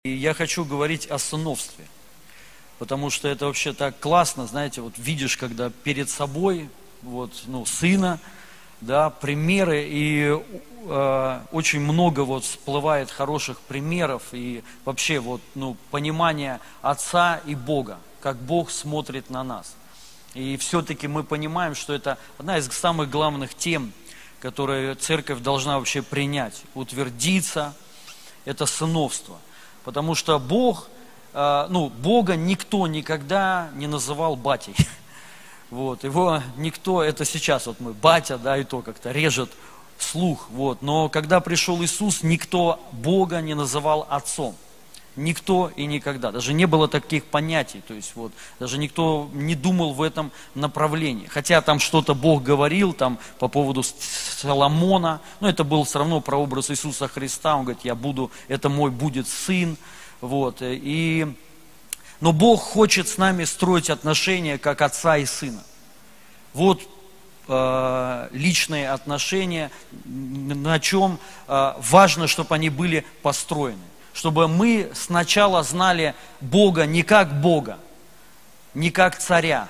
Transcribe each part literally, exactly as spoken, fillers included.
И я хочу говорить о сыновстве, потому что это вообще так классно, знаете, вот видишь, когда перед собой вот, ну, сына, да, примеры, и э, очень много вот всплывает хороших примеров, и вообще вот, ну, понимание Отца и Бога, как Бог смотрит на нас. И все-таки мы понимаем, что это одна из самых главных тем, которые церковь должна вообще принять, утвердиться, это сыновство. Потому что Бог, э, ну, Бога никто никогда не называл батей. Вот, его никто, это сейчас вот мы, батя, да, и то как-то режет слух. Вот. Но когда пришел Иисус, никто Бога не называл отцом. Никто и никогда. Даже не было таких понятий. То есть вот, даже никто не думал в этом направлении. Хотя там что-то Бог говорил там, по поводу Соломона. Но это был все равно прообраз Иисуса Христа. Он говорит, я буду, это мой будет сын. Вот. И, но Бог хочет с нами строить отношения как отца и сына. Вот э, личные отношения, на чем э, важно, чтобы они были построены. Чтобы мы сначала знали Бога не как Бога, не как царя,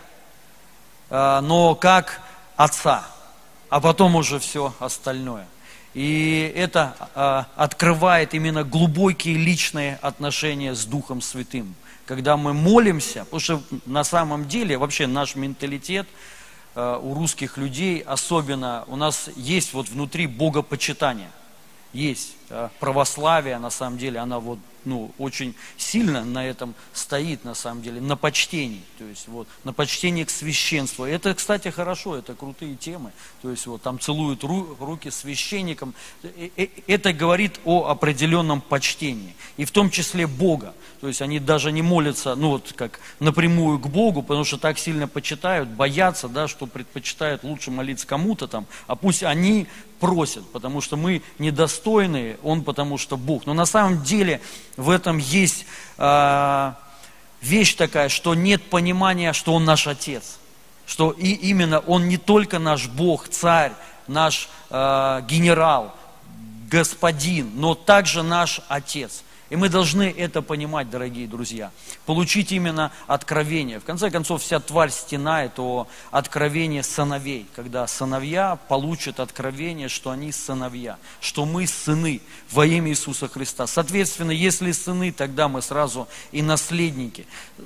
но как Отца, а потом уже все остальное. И это открывает именно глубокие личные отношения с Духом Святым. Когда мы молимся, потому что на самом деле вообще наш менталитет у русских людей, особенно у нас есть вот внутри богопочитание. Есть православие, на самом деле, она вот, ну, очень сильно на этом стоит, на самом деле, на почтении, то есть вот, на почтении к священству. Это, кстати, хорошо, это крутые темы, то есть вот там целуют ру, руки священникам. Это говорит о определенном почтении, и в том числе Бога. То есть они даже не молятся, ну вот как напрямую к Богу, потому что так сильно почитают, боятся, да, что предпочитают лучше молиться кому-то там, а пусть они просят, потому что мы недостойные, Он потому что Бог. Но на самом деле в этом есть э, вещь такая, что нет понимания, что Он наш Отец. Что и именно Он не только наш Бог, Царь, наш э, генерал, Господин, но также наш Отец. И мы должны это понимать, дорогие друзья. Получить именно откровение. В конце концов, вся тварь стенает о откровении сыновей. Когда сыновья получат откровение, что они сыновья. Что мы сыны во имя Иисуса Христа. Соответственно, если сыны, тогда мы сразу и наследники.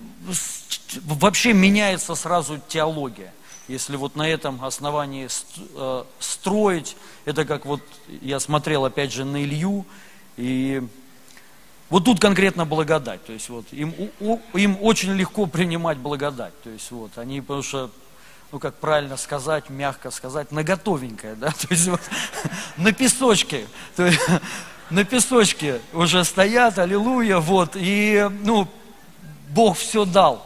Вообще меняется сразу теология. Если вот на этом основании строить, это как вот я смотрел опять же на Илью, и вот тут конкретно благодать, то есть вот им, у, им очень легко принимать благодать, то есть вот они, потому что, ну как правильно сказать, мягко сказать, наготовенькое, да, то есть вот на песочке, то есть, на песочке уже стоят, аллилуйя, вот, и, ну, Бог все дал,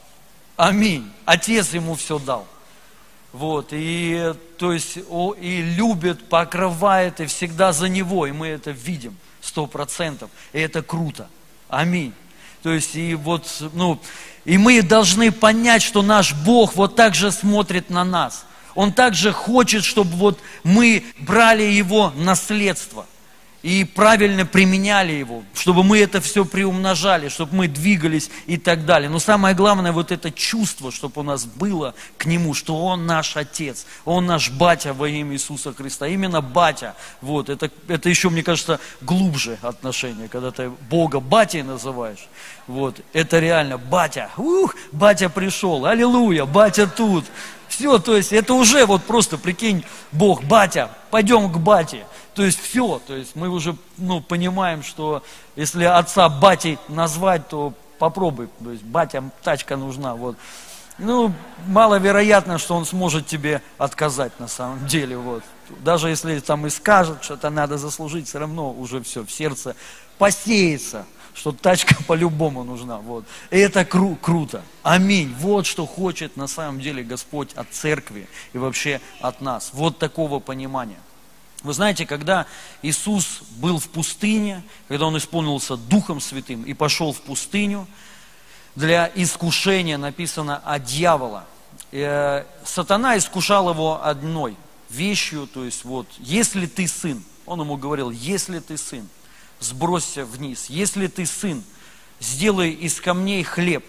аминь, Отец ему все дал. Вот, и, то есть, о, и любит, покрывает, и всегда за него, и мы это видим, сто процентов, и это круто, аминь. То есть, и вот, ну, и мы должны понять, что наш Бог вот так же смотрит на нас. Он также хочет, чтобы вот мы брали Его наследство и правильно применяли его, чтобы мы это все приумножали, чтобы мы двигались и так далее. Но самое главное, вот это чувство, чтобы у нас было к Нему, что Он наш Отец, Он наш батя во имя Иисуса Христа. Именно батя, вот, это, это еще, мне кажется, глубже отношение, когда ты Бога батей называешь. Вот, это реально батя, ух, батя пришел, аллилуйя, батя тут. Все, то есть это уже вот просто, прикинь, Бог, батя, пойдем к бате. То есть все, то есть мы уже, ну, понимаем, что если отца батей назвать, то попробуй, то есть батя, тачка нужна, вот. Ну, маловероятно, что он сможет тебе отказать на самом деле, вот. Даже если там и скажет, что-то надо заслужить, все равно уже все в сердце посеется, что тачка по-любому нужна, вот. И это кру- круто. Аминь. Вот что хочет на самом деле Господь от церкви и вообще от нас. Вот такого понимания. Вы знаете, когда Иисус был в пустыне, когда Он исполнился Духом Святым и пошел в пустыню, для искушения написано от дьявола. Э, сатана искушал его одной вещью, то есть вот, если ты сын, он ему говорил, если ты сын, сбросься вниз. Если ты сын, сделай из камней хлеб.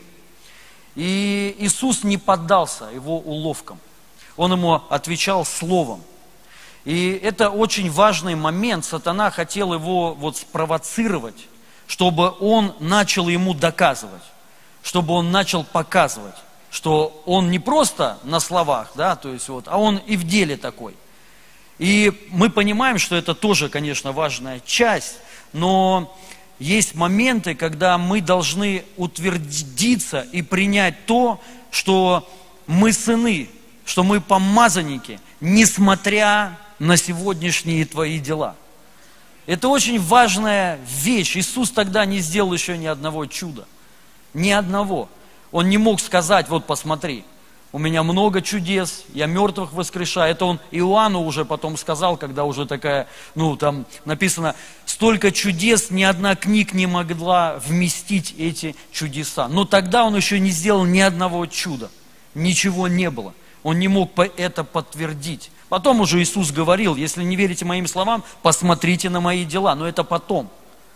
И Иисус не поддался его уловкам. Он ему отвечал словом. И это очень важный момент. Сатана хотел его вот спровоцировать, чтобы он начал ему доказывать, чтобы он начал показывать, что он не просто на словах, да, то есть вот, а он и в деле такой. И мы понимаем, что это тоже, конечно, важная часть, но есть моменты, когда мы должны утвердиться и принять то, что мы сыны, что мы помазанники, несмотря на сегодняшние твои дела. Это очень важная вещь. Иисус тогда не сделал еще ни одного чуда. Ни одного. Он не мог сказать, вот посмотри, у меня много чудес, я мертвых воскрешаю. Это он Иоанну уже потом сказал, когда уже такая, ну там написано, столько чудес, ни одна книга не могла вместить эти чудеса. Но тогда он еще не сделал ни одного чуда. Ничего не было. Он не мог это подтвердить. Потом уже Иисус говорил, если не верите моим словам, посмотрите на мои дела. Но это потом.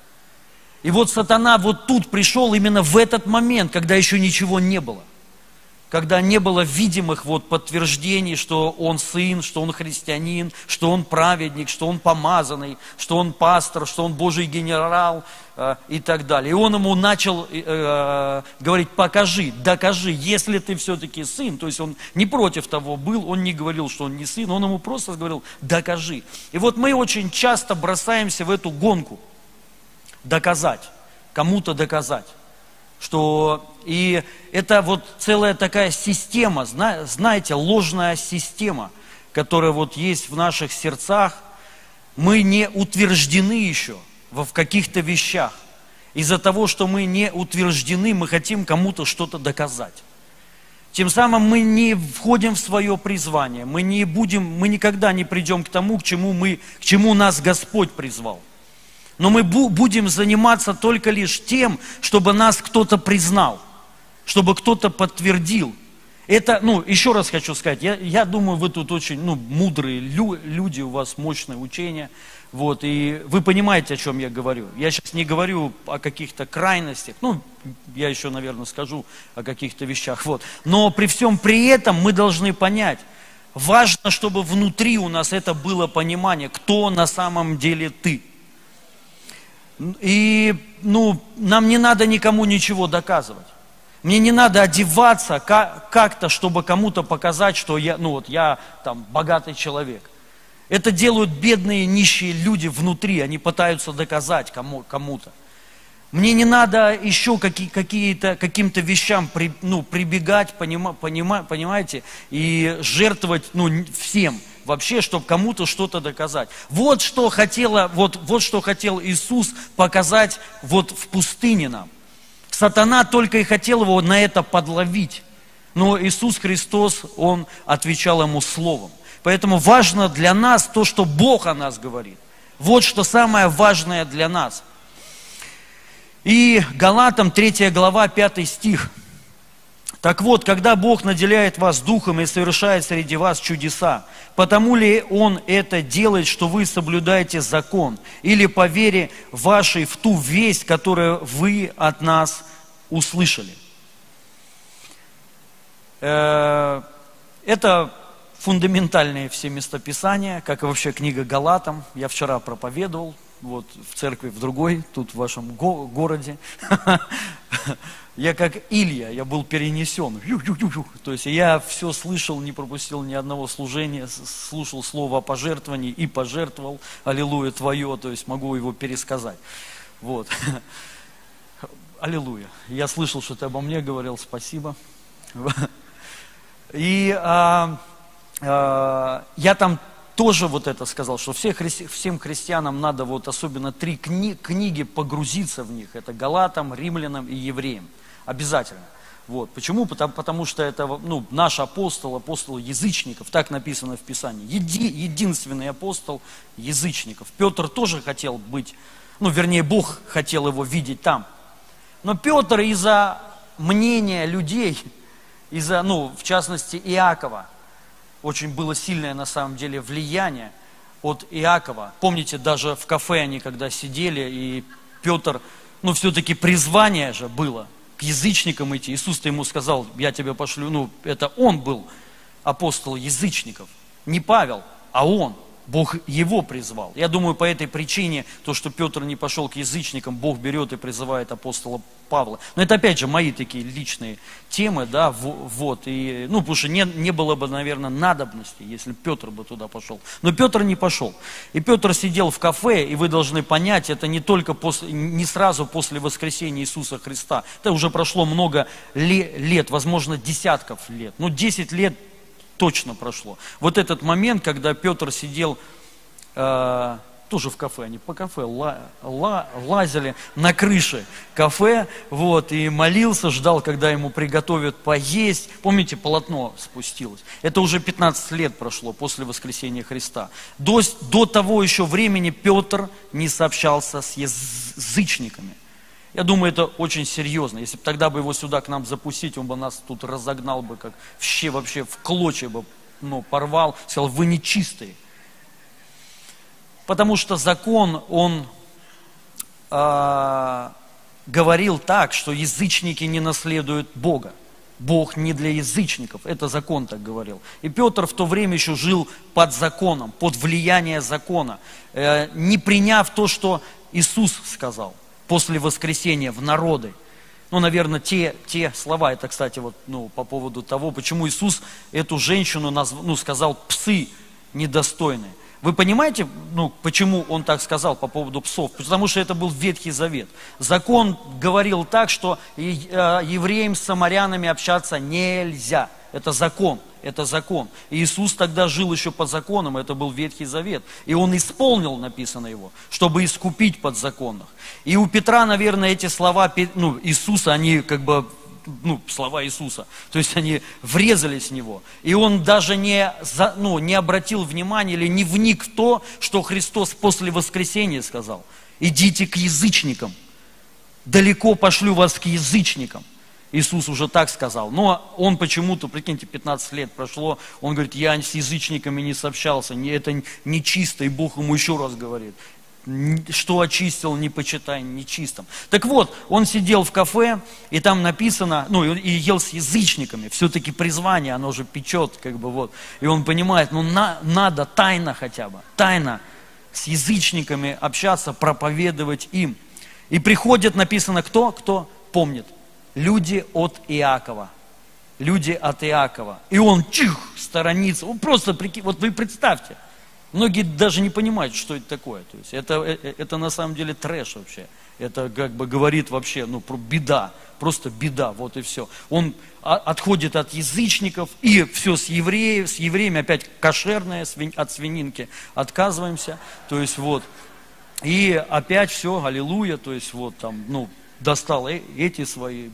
И вот сатана вот тут пришел именно в этот момент, когда еще ничего не было. Когда не было видимых вот подтверждений, что он сын, что он христианин, что он праведник, что он помазанный, что он пастор, что он Божий генерал э, и так далее. И он ему начал э, говорить, покажи, докажи, если ты все-таки сын. То есть он не против того был, он не говорил, что он не сын, он ему просто говорил, докажи. И вот мы очень часто бросаемся в эту гонку, доказать, кому-то доказать. Что и это вот целая такая система, знаете, ложная система, которая вот есть в наших сердцах. Мы не утверждены еще в каких-то вещах. Из-за того, что мы не утверждены, мы хотим кому-то что-то доказать. Тем самым мы не входим в свое призвание, мы не будем, мы никогда не придем к тому, к чему мы, к чему нас Господь призвал. Но мы будем заниматься только лишь тем, чтобы нас кто-то признал, чтобы кто-то подтвердил. Это, ну, еще раз хочу сказать, я, я думаю, вы тут очень, ну, мудрые лю, люди, у вас мощное учение, вот, и вы понимаете, о чем я говорю. Я сейчас не говорю о каких-то крайностях, ну, я еще, наверное, скажу о каких-то вещах, вот. Но при всем при этом мы должны понять, важно, чтобы внутри у нас это было понимание, кто на самом деле ты. И, ну, нам не надо никому ничего доказывать. Мне не надо одеваться как-то, чтобы кому-то показать, что я, ну вот, я там богатый человек. Это делают бедные, нищие люди внутри, они пытаются доказать кому- кому-то. Мне не надо еще какие- какие-то, каким-то вещам при, ну, прибегать, понима, понима, понимаете, и жертвовать, ну, всем. Вообще, чтобы кому-то что-то доказать. Вот что, хотела, вот, вот что хотел Иисус показать вот в пустыне нам. Сатана только и хотел его на это подловить. Но Иисус Христос, Он отвечал ему словом. Поэтому важно для нас то, что Бог о нас говорит. Вот что самое важное для нас. И Галатам третья глава, пятый стих. Так вот, когда Бог наделяет вас духом и совершает среди вас чудеса, потому ли Он это делает, что вы соблюдаете закон, или по вере вашей в ту весть, которую вы от нас услышали? Это фундаментальные все местописания, как и вообще книга Галатам. Я вчера проповедовал, вот в церкви в другой, тут в вашем го- городе. Я как Илья, я был перенесен. То есть я все слышал, не пропустил ни одного служения, слушал слово о пожертвовании и пожертвовал, аллилуйя твое, то есть могу его пересказать. Вот. Аллилуйя. Я слышал, что ты обо мне говорил, спасибо. И а, а, я там тоже вот это сказал, что все хри- всем христианам надо вот особенно три кни- книги погрузиться в них. Это Галатам, Римлянам и Евреям. Обязательно. Вот. Почему? Потому, потому что это ну, наш апостол, апостол язычников, так написано в Писании. Еди, единственный апостол язычников. Петр тоже хотел быть, ну вернее Бог хотел его видеть там. Но Петр из-за мнения людей, из-за, ну в частности Иакова, очень было сильное на самом деле влияние от Иакова. Помните, даже в кафе они когда сидели, и Петр ну, все-таки призвание же было к язычникам идти. Иисус-то ему сказал, я тебя пошлю, ну, это он был апостол язычников, не Павел, а он. Бог его призвал. Я думаю, по этой причине, то, что Петр не пошел к язычникам, Бог берет и призывает апостола Павла. Но это, опять же, мои такие личные темы, да, вот, и, ну, потому что не, не было бы, наверное, надобности, если Петр бы туда пошел. Но Петр не пошел. И Петр сидел в кафе, и вы должны понять, это не только после, не сразу после воскресения Иисуса Христа. Это уже прошло много лет, возможно, десятков лет. Ну, десять лет точно прошло. Вот этот момент, когда Петр сидел э, тоже в кафе, они по кафе ла, ла, лазили на крыше кафе, вот, и молился, ждал, когда ему приготовят поесть. Помните, полотно спустилось. Это уже пятнадцать лет прошло после воскресения Христа. До, до того еще времени Петр не сообщался с язычниками. Я думаю, это очень серьезно. Если бы тогда бы его сюда к нам запустить, он бы нас тут разогнал бы, как вообще, вообще в клочья бы, ну, порвал, сказал, вы нечистые. Потому что закон, он э, говорил так, что язычники не наследуют Бога. Бог не для язычников, это закон так говорил. И Петр в то время еще жил под законом, под влиянием закона, э, не приняв то, что Иисус сказал после воскресения в народы. Ну, наверное, те, те слова, это, кстати, вот, ну, по поводу того, почему Иисус эту женщину назв... ну, сказал псы недостойные. Вы понимаете, ну, почему он так сказал по поводу псов? Потому что это был Ветхий Завет. Закон говорил так, что евреям с самарянами общаться нельзя. Это закон, это закон. И Иисус тогда жил еще по законам, это был Ветхий Завет. И Он исполнил, написано его, чтобы искупить подзаконных. И у Петра, наверное, эти слова, ну, Иисуса, они как бы, ну, слова Иисуса, то есть они врезались в него. И он даже не, за, ну, не обратил внимания или не вник в то, что Христос после воскресения сказал. Идите к язычникам, далеко пошлю вас к язычникам. Иисус уже так сказал. Но он почему-то, прикиньте, пятнадцать лет прошло, он говорит, я с язычниками не сообщался, это нечисто, и Бог ему еще раз говорит, что очистил, не почитай нечистым. Так вот, он сидел в кафе, и там написано, ну, и ел с язычниками, все-таки призвание, оно же печет, как бы вот. И он понимает, ну, на, надо тайно хотя бы, тайно с язычниками общаться, проповедовать им. И приходит, написано, кто? Кто помнит? Люди от Иакова. Люди от Иакова. И он чих, сторонится. Он просто, вот вы представьте. Многие даже не понимают, что это такое. То есть это, это на самом деле трэш вообще. Это как бы говорит вообще, ну, про беда. Просто беда, вот и все. Он отходит от язычников, и все с евреев, с евреями опять кошерное, от свининки отказываемся. То есть вот. И опять все, аллилуйя, то есть вот там, ну, достал эти свои.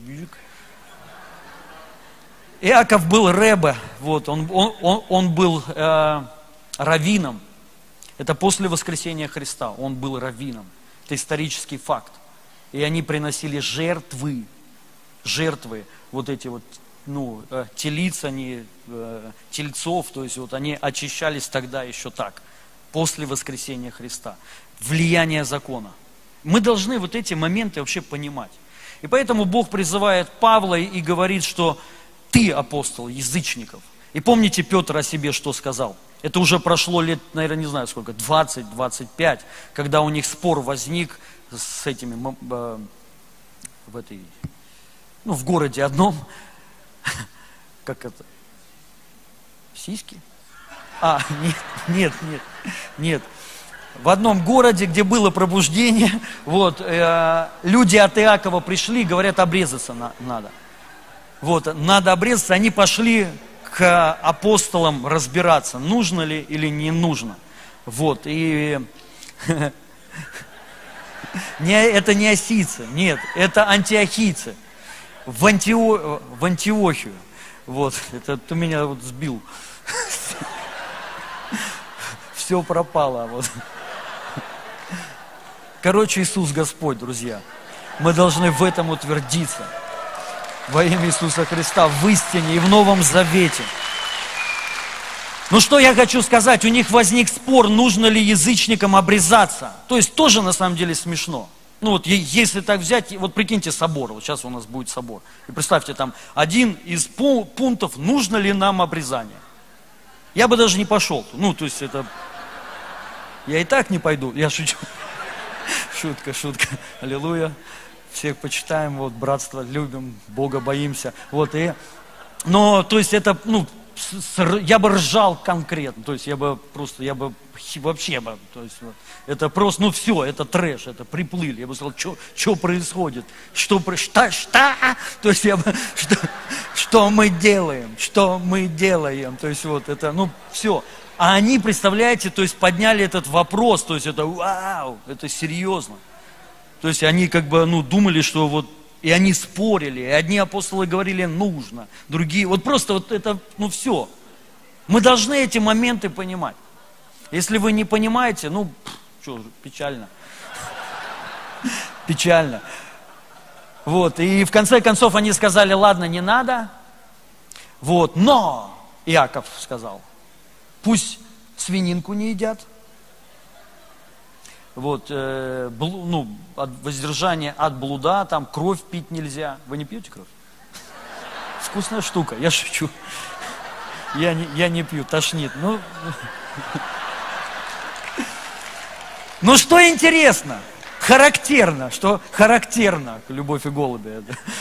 Иаков был ребе, вот, он, он, он, он был э, раввином. Это после воскресения Христа, он был раввином. Это исторический факт. И они приносили жертвы, жертвы, вот эти вот, ну, э, телиц, они, э, тельцов, то есть вот они очищались тогда еще так, после воскресения Христа. Влияние закона. Мы должны вот эти моменты вообще понимать. И поэтому Бог призывает Павла и говорит, что ты апостол язычников. И помните, Петр о себе что сказал? Это уже прошло лет, наверное, не знаю сколько, двадцать-двадцать пять, когда у них спор возник с этими, э, в этой, ну, в городе одном, как это, сиськи? А, нет, нет, нет, нет. В одном городе, где было пробуждение, вот, э, люди от Иакова пришли, говорят, обрезаться на, надо. Вот, надо обрезаться, они пошли к апостолам разбираться, нужно ли или не нужно. Вот, и не, это не осийцы, нет, это антиохийцы, в, Антио, в Антиохию. Вот, это ты меня вот сбил. Все пропало, вот. Короче, Иисус Господь, друзья. Мы должны в этом утвердиться. Во имя Иисуса Христа, в истине и в Новом Завете. Ну что я хочу сказать, у них возник спор, нужно ли язычникам обрезаться. То есть тоже на самом деле смешно. Ну вот если так взять, вот прикиньте собор, вот сейчас у нас будет собор. И представьте, там один из пунктов, нужно ли нам обрезание. Я бы даже не пошел. Ну, то есть это... Я и так не пойду, я шучу. Шутка, шутка. Аллилуйя. Всех почитаем, вот, братство любим, Бога боимся. Вот, и... Но, то есть это, ну, я бы ржал конкретно, то есть я бы просто, я бы вообще бы, то есть это просто, ну все, это трэш, это приплыли, я бы сказал, что происходит, что, что, что, то есть я бы, что, что мы делаем, что мы делаем, то есть вот это, ну все. А они, представляете, то есть подняли этот вопрос, то есть это вау, это серьезно. То есть они как бы, ну, думали, что вот, и они спорили, и одни апостолы говорили нужно, другие, вот просто вот это, ну все. Мы должны эти моменты понимать. Если вы не понимаете, ну, что, печально. Печально. Вот, и в конце концов они сказали, ладно, не надо. Вот, но, Иаков сказал, пусть свининку не едят. Вот, э, блу, ну, от воздержания от блуда, там кровь пить нельзя. Вы не пьете кровь? Вкусная штука, я шучу. Я не, я не пью, тошнит. Ну, ну что интересно, характерно, что характерно, любовь и голуби.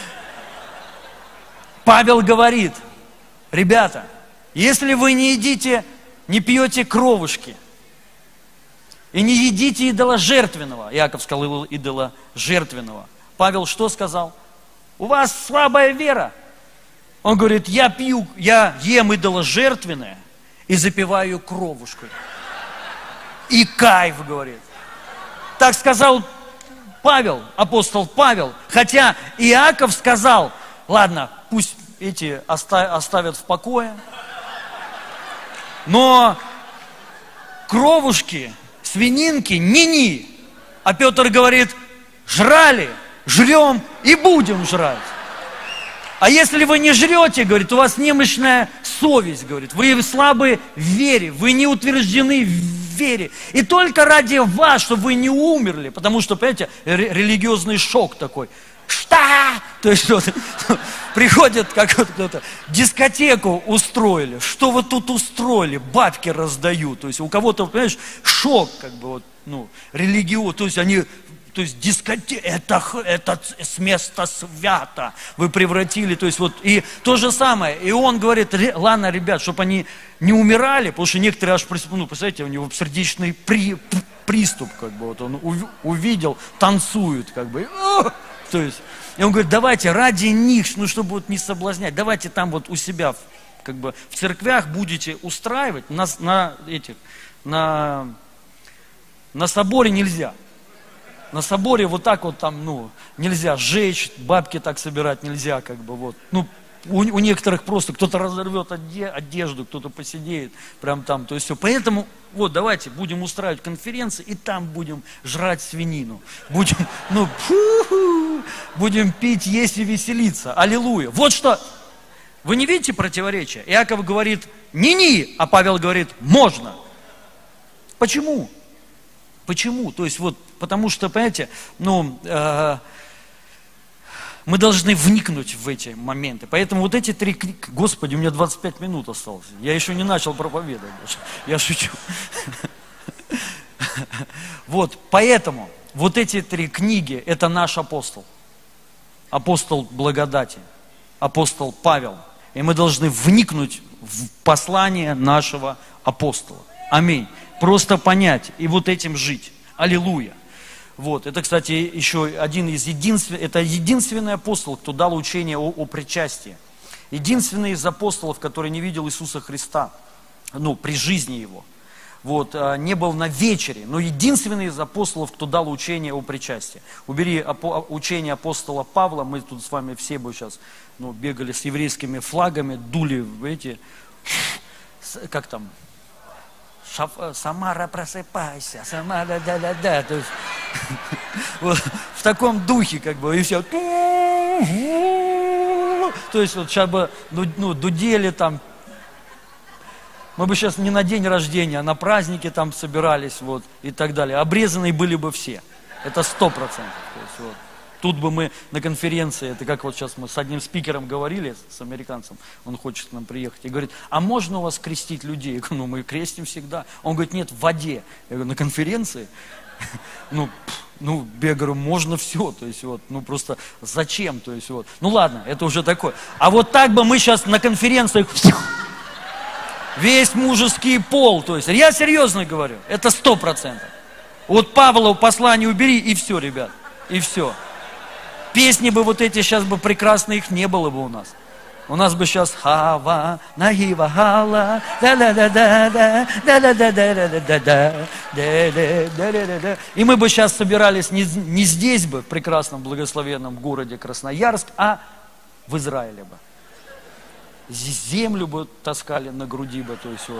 Павел говорит, ребята, если вы не едите, не пьете кровушки, и не едите идола жертвенного. Иаков сказал идола жертвенного. Павел что сказал? У вас слабая вера. Он говорит, я пью, я ем идола жертвенное и запиваю кровушкой. И кайф, говорит. Так сказал Павел, апостол Павел. Хотя Иаков сказал, ладно, пусть эти оставят в покое. Но кровушки... Свининки, ни-ни. А Петр говорит, жрали, жрем и будем жрать. А если вы не жрете, говорит, у вас немощная совесть, говорит, вы слабы в вере, вы не утверждены в вере. И только ради вас, чтобы вы не умерли, потому что, понимаете, религиозный шок такой. Что? То есть вот, приходит как вот кто-то, дискотеку устроили, что вы тут устроили, бабки раздают, то есть у кого-то, понимаешь, шок, как бы вот, ну, религиозный, то есть они, то есть дискотека, это, это с места свято, вы превратили, то есть вот, и то же самое, и он говорит, ладно, ребят, чтобы они не умирали, потому что некоторые аж, ну, представляете, у него сердечный при, приступ, как бы, вот он увидел, танцует, как бы, то есть, и он говорит, давайте ради них, ну, чтобы вот не соблазнять, давайте там вот у себя, как бы, в церквях будете устраивать, на, на этих, на, на соборе нельзя. На соборе вот так вот там, ну, нельзя сжечь, бабки так собирать нельзя, как бы, вот. Ну, у, у некоторых просто кто-то разорвет одежду, кто-то посидеет, прям там, то есть все. Поэтому, вот, давайте будем устраивать конференции, и там будем жрать свинину. Будем, ну, фу-ху, будем пить, есть и веселиться. Аллилуйя. Вот что, вы не видите противоречия? Иаков говорит, ни-ни, а Павел говорит, можно. Почему? Почему? То есть вот, потому что, понимаете, ну, э, мы должны вникнуть в эти моменты. Поэтому вот эти три книги, Господи, у меня двадцать пять минут осталось. Я еще не начал проповедовать даже. Я шучу. Вот, поэтому вот эти три книги, это наш апостол. Апостол благодати, апостол Павел. И мы должны вникнуть в послание нашего апостола. Аминь. Просто понять и вот этим жить. Аллилуйя. Вот, это, кстати, еще один из единственных, это единственный апостол, кто дал учение о, о причастии. Единственный из апостолов, который не видел Иисуса Христа, ну, при жизни его. Вот, не был на вечере, но единственный из апостолов, кто дал учение о причастии. Убери апо, учение апостола Павла, мы тут с вами все бы сейчас, ну, бегали с еврейскими флагами, дули в эти, как там, Шаф, Самара, просыпайся, Самара, да-да-да. То есть, вот, в таком духе, как бы, и все. То есть, вот сейчас бы, ну, дудели там. Мы бы сейчас не на день рождения, а на праздники там собирались, вот, и так далее. Обрезанные были бы все. Это сто процентов. То есть, вот. Тут бы мы на конференции, это как вот сейчас мы с одним спикером говорили, с американцем, он хочет к нам приехать, и говорит, а можно у вас крестить людей? Я говорю, ну мы крестим всегда. Он говорит, нет, в воде. Я говорю, на конференции? Ну, ну, я говорю, можно все, то есть вот, ну просто зачем, то есть вот. Ну ладно, это уже такое. А вот так бы мы сейчас на конференциях, весь мужеский пол, то есть, я серьезно говорю, это сто процентов. Вот Павлову послание убери, и все, ребят, и все. Песни бы вот эти сейчас бы прекрасные, их не было бы у нас. У нас бы сейчас Хава, Нагива, Хала, да-да-да-да-да, да-да-да-да-да-да-да, да-да-да-да-да. И мы бы сейчас собирались не, не здесь бы, в прекрасном благословенном городе Красноярск, а в Израиле бы. Землю бы таскали на груди бы, то есть вот.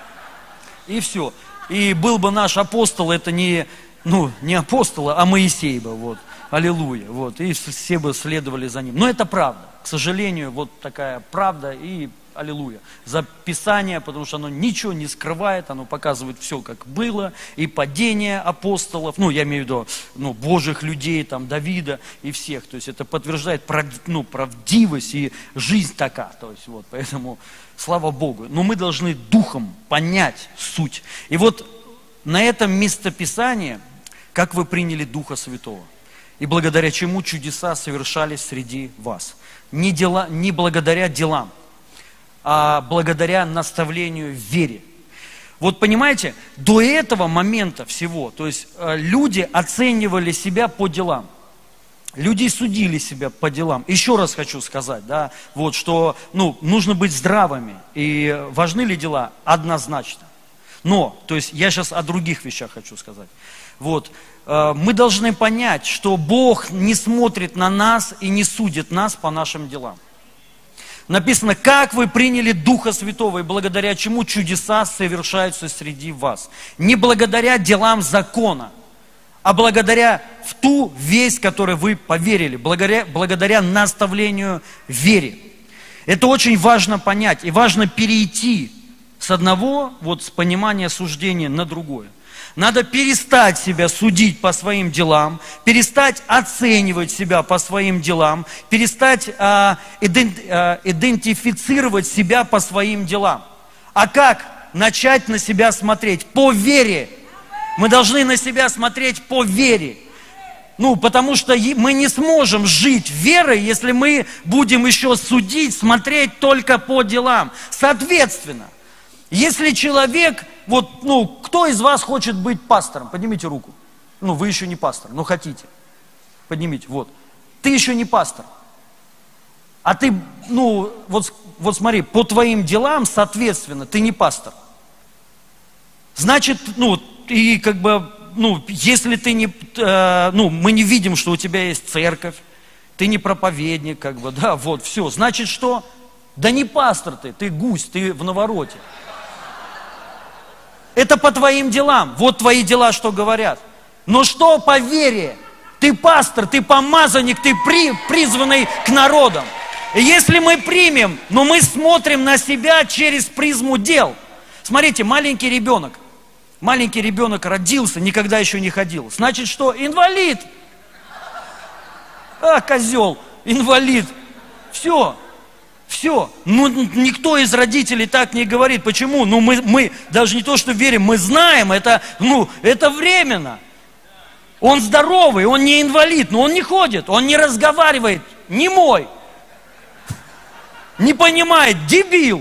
И все. И был бы наш апостол, это не, ну, не апостол, а Моисей бы, вот. Аллилуйя, вот, и все бы следовали за ним. Но это правда, к сожалению, вот такая правда, и аллилуйя. За Писание, потому что оно ничего не скрывает, оно показывает все, как было, и падение апостолов, ну, я имею в виду, ну, Божьих людей, там, Давида и всех, то есть это подтверждает, ну, правдивость и жизнь такая, то есть вот, поэтому, слава Богу. Но мы должны духом понять суть. И вот на этом местописании, как вы приняли Духа Святого, и благодаря чему чудеса совершались среди вас. Не, дела, не благодаря делам, а благодаря наставлению в вере. Вот понимаете, до этого момента всего, то есть люди оценивали себя по делам. Люди судили себя по делам. Еще раз хочу сказать, да, вот, что ну, нужно быть здравыми. И важны ли дела? Однозначно. Но, то есть я сейчас о других вещах хочу сказать. Вот, э, мы должны понять, что Бог не смотрит на нас и не судит нас по нашим делам. Написано, как вы приняли Духа Святого, и благодаря чему чудеса совершаются среди вас. Не благодаря делам закона, а благодаря в ту весть, которой вы поверили, благодаря, благодаря наставлению в вере. Это очень важно понять, и важно перейти с одного, вот с понимания суждения на другое. Надо перестать себя судить по своим делам, перестать оценивать себя по своим делам, перестать э, идент, э, идентифицировать себя по своим делам. А как начать на себя смотреть? По вере. Мы должны на себя смотреть по вере. Ну, потому что мы не сможем жить верой, если мы будем еще судить, смотреть только по делам. Соответственно, если человек, вот, ну, кто из вас хочет быть пастором? Поднимите руку. Ну, вы еще не пастор, но хотите. Поднимите, вот. Ты еще не пастор. А ты, ну, вот, вот смотри, по твоим делам, соответственно, ты не пастор. Значит, ну, и как бы, ну, если ты не, э, ну, мы не видим, что у тебя есть церковь, ты не проповедник, как бы, да, вот, все. Значит, что? Да не пастор ты, ты гусь, ты в навороте. Это по твоим делам. Вот твои дела, что говорят. Но что по вере? Ты пастор, ты помазанник, ты при, призванный к народам. И если мы примем, но мы смотрим на себя через призму дел. Смотрите, маленький ребенок. Маленький ребенок родился, никогда еще не ходил. Значит, что? Инвалид. А, козел, инвалид. Все. Все. Ну, никто из родителей так не говорит. Почему? Ну, мы, мы даже не то, что верим, мы знаем, это, ну, это временно. Он здоровый, он не инвалид, но он не ходит, он не разговаривает, немой. Не понимает, дебил.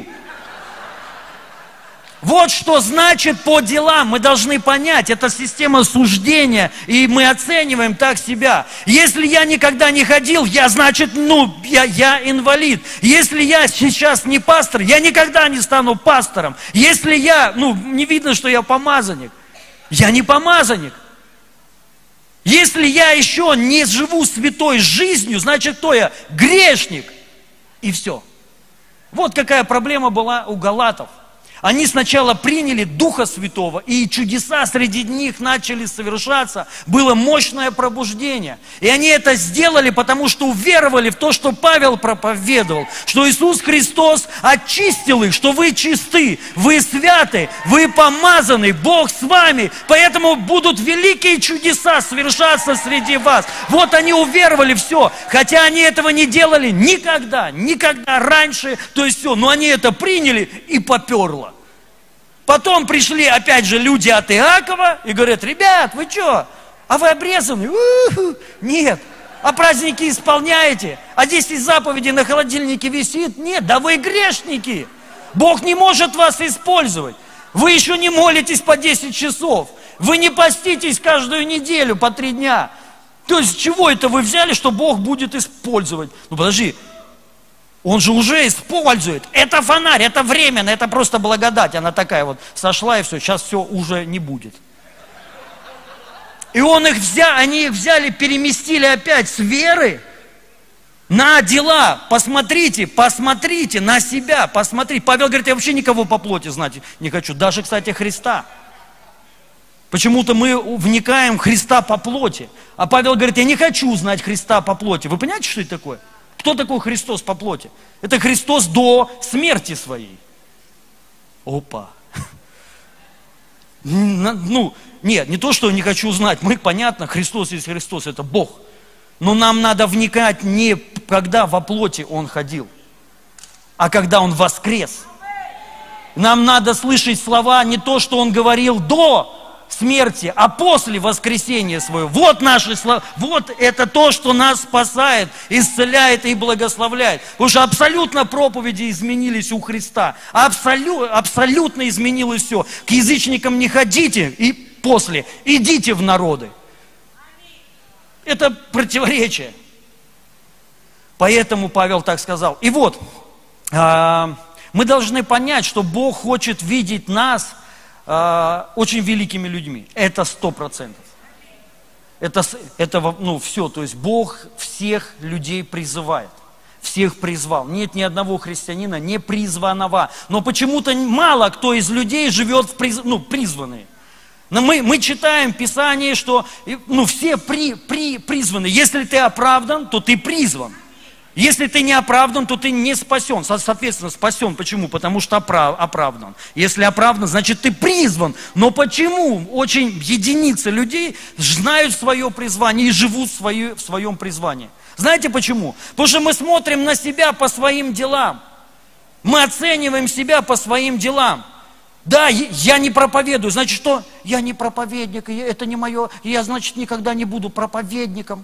Вот что значит по делам. Мы должны понять, это система суждения, и мы оцениваем так себя. Если я никогда не ходил, я, значит, ну, я, я инвалид. Если я сейчас не пастор, я никогда не стану пастором. Если я, ну, не видно, что я помазанник, я не помазанник. Если я еще не живу святой жизнью, значит, кто я? Грешник. И все. Вот какая проблема была у галатов. Они сначала приняли Духа Святого, и чудеса среди них начали совершаться. Было мощное пробуждение. И они это сделали, потому что уверовали в то, что Павел проповедовал, что Иисус Христос очистил их, что вы чисты, вы святы, вы помазаны, Бог с вами. Поэтому будут великие чудеса совершаться среди вас. Вот они уверовали, все. Хотя они этого не делали никогда, никогда раньше. То есть все, но они это приняли и поперло. Потом пришли, опять же, люди от Иакова и говорят: ребят, вы что, а вы обрезаны? У-ху. Нет. А праздники исполняете? А десять заповедей на холодильнике висит? Нет. Да вы грешники. Бог не может вас использовать. Вы еще не молитесь по десять часов. Вы не поститесь каждую неделю по три дня. То есть, с чего это вы взяли, что Бог будет использовать? Ну, подожди. Он же уже использует. Это фонарь, это временно, это просто благодать. Она такая вот сошла, и все, сейчас все уже не будет. И он их взял, они их взяли, переместили опять с веры на дела. Посмотрите, посмотрите на себя, посмотрите. Павел говорит: я вообще никого по плоти знать не хочу. Даже, кстати, Христа. Почему-то мы вникаем в Христа по плоти. А Павел говорит: я не хочу знать Христа по плоти. Вы понимаете, что это такое? Кто такой Христос по плоти? Это Христос до смерти своей. Опа. Ну, нет, не то, что не хочу знать. Мы, понятно, Христос есть Христос, это Бог. Но нам надо вникать не когда во плоти Он ходил, а когда Он воскрес. Нам надо слышать слова не то, что Он говорил до смерти, а после воскресения своего. Вот наши слова, вот это то, что нас спасает, исцеляет и благословляет. Потому что абсолютно проповеди изменились у Христа. Абсолю, абсолютно изменилось все. К язычникам не ходите, и после идите в народы. Это противоречие. Поэтому Павел так сказал. И вот, э, мы должны понять, что Бог хочет видеть нас очень великими людьми. Это сто процентов. Это, это ну, все. То есть Бог всех людей призывает. Всех призвал. Нет ни одного христианина не призванного. Но почему-то мало кто из людей живет в приз, ну, призванные. Но мы, мы читаем в Писании, что ну, все при, при, призваны. Если ты оправдан, то ты призван. Если ты не оправдан, то ты не спасен. Соответственно, спасен. Почему? Потому что оправдан. Если оправдан, значит ты призван. Но почему очень единицы людей знают свое призвание и живут в, свое, в своем призвании? Знаете почему? Потому что мы смотрим на себя по своим делам. Мы оцениваем себя по своим делам. Да, я не проповедую. Значит, что? Я не проповедник, это не мое. Я, значит, никогда не буду проповедником.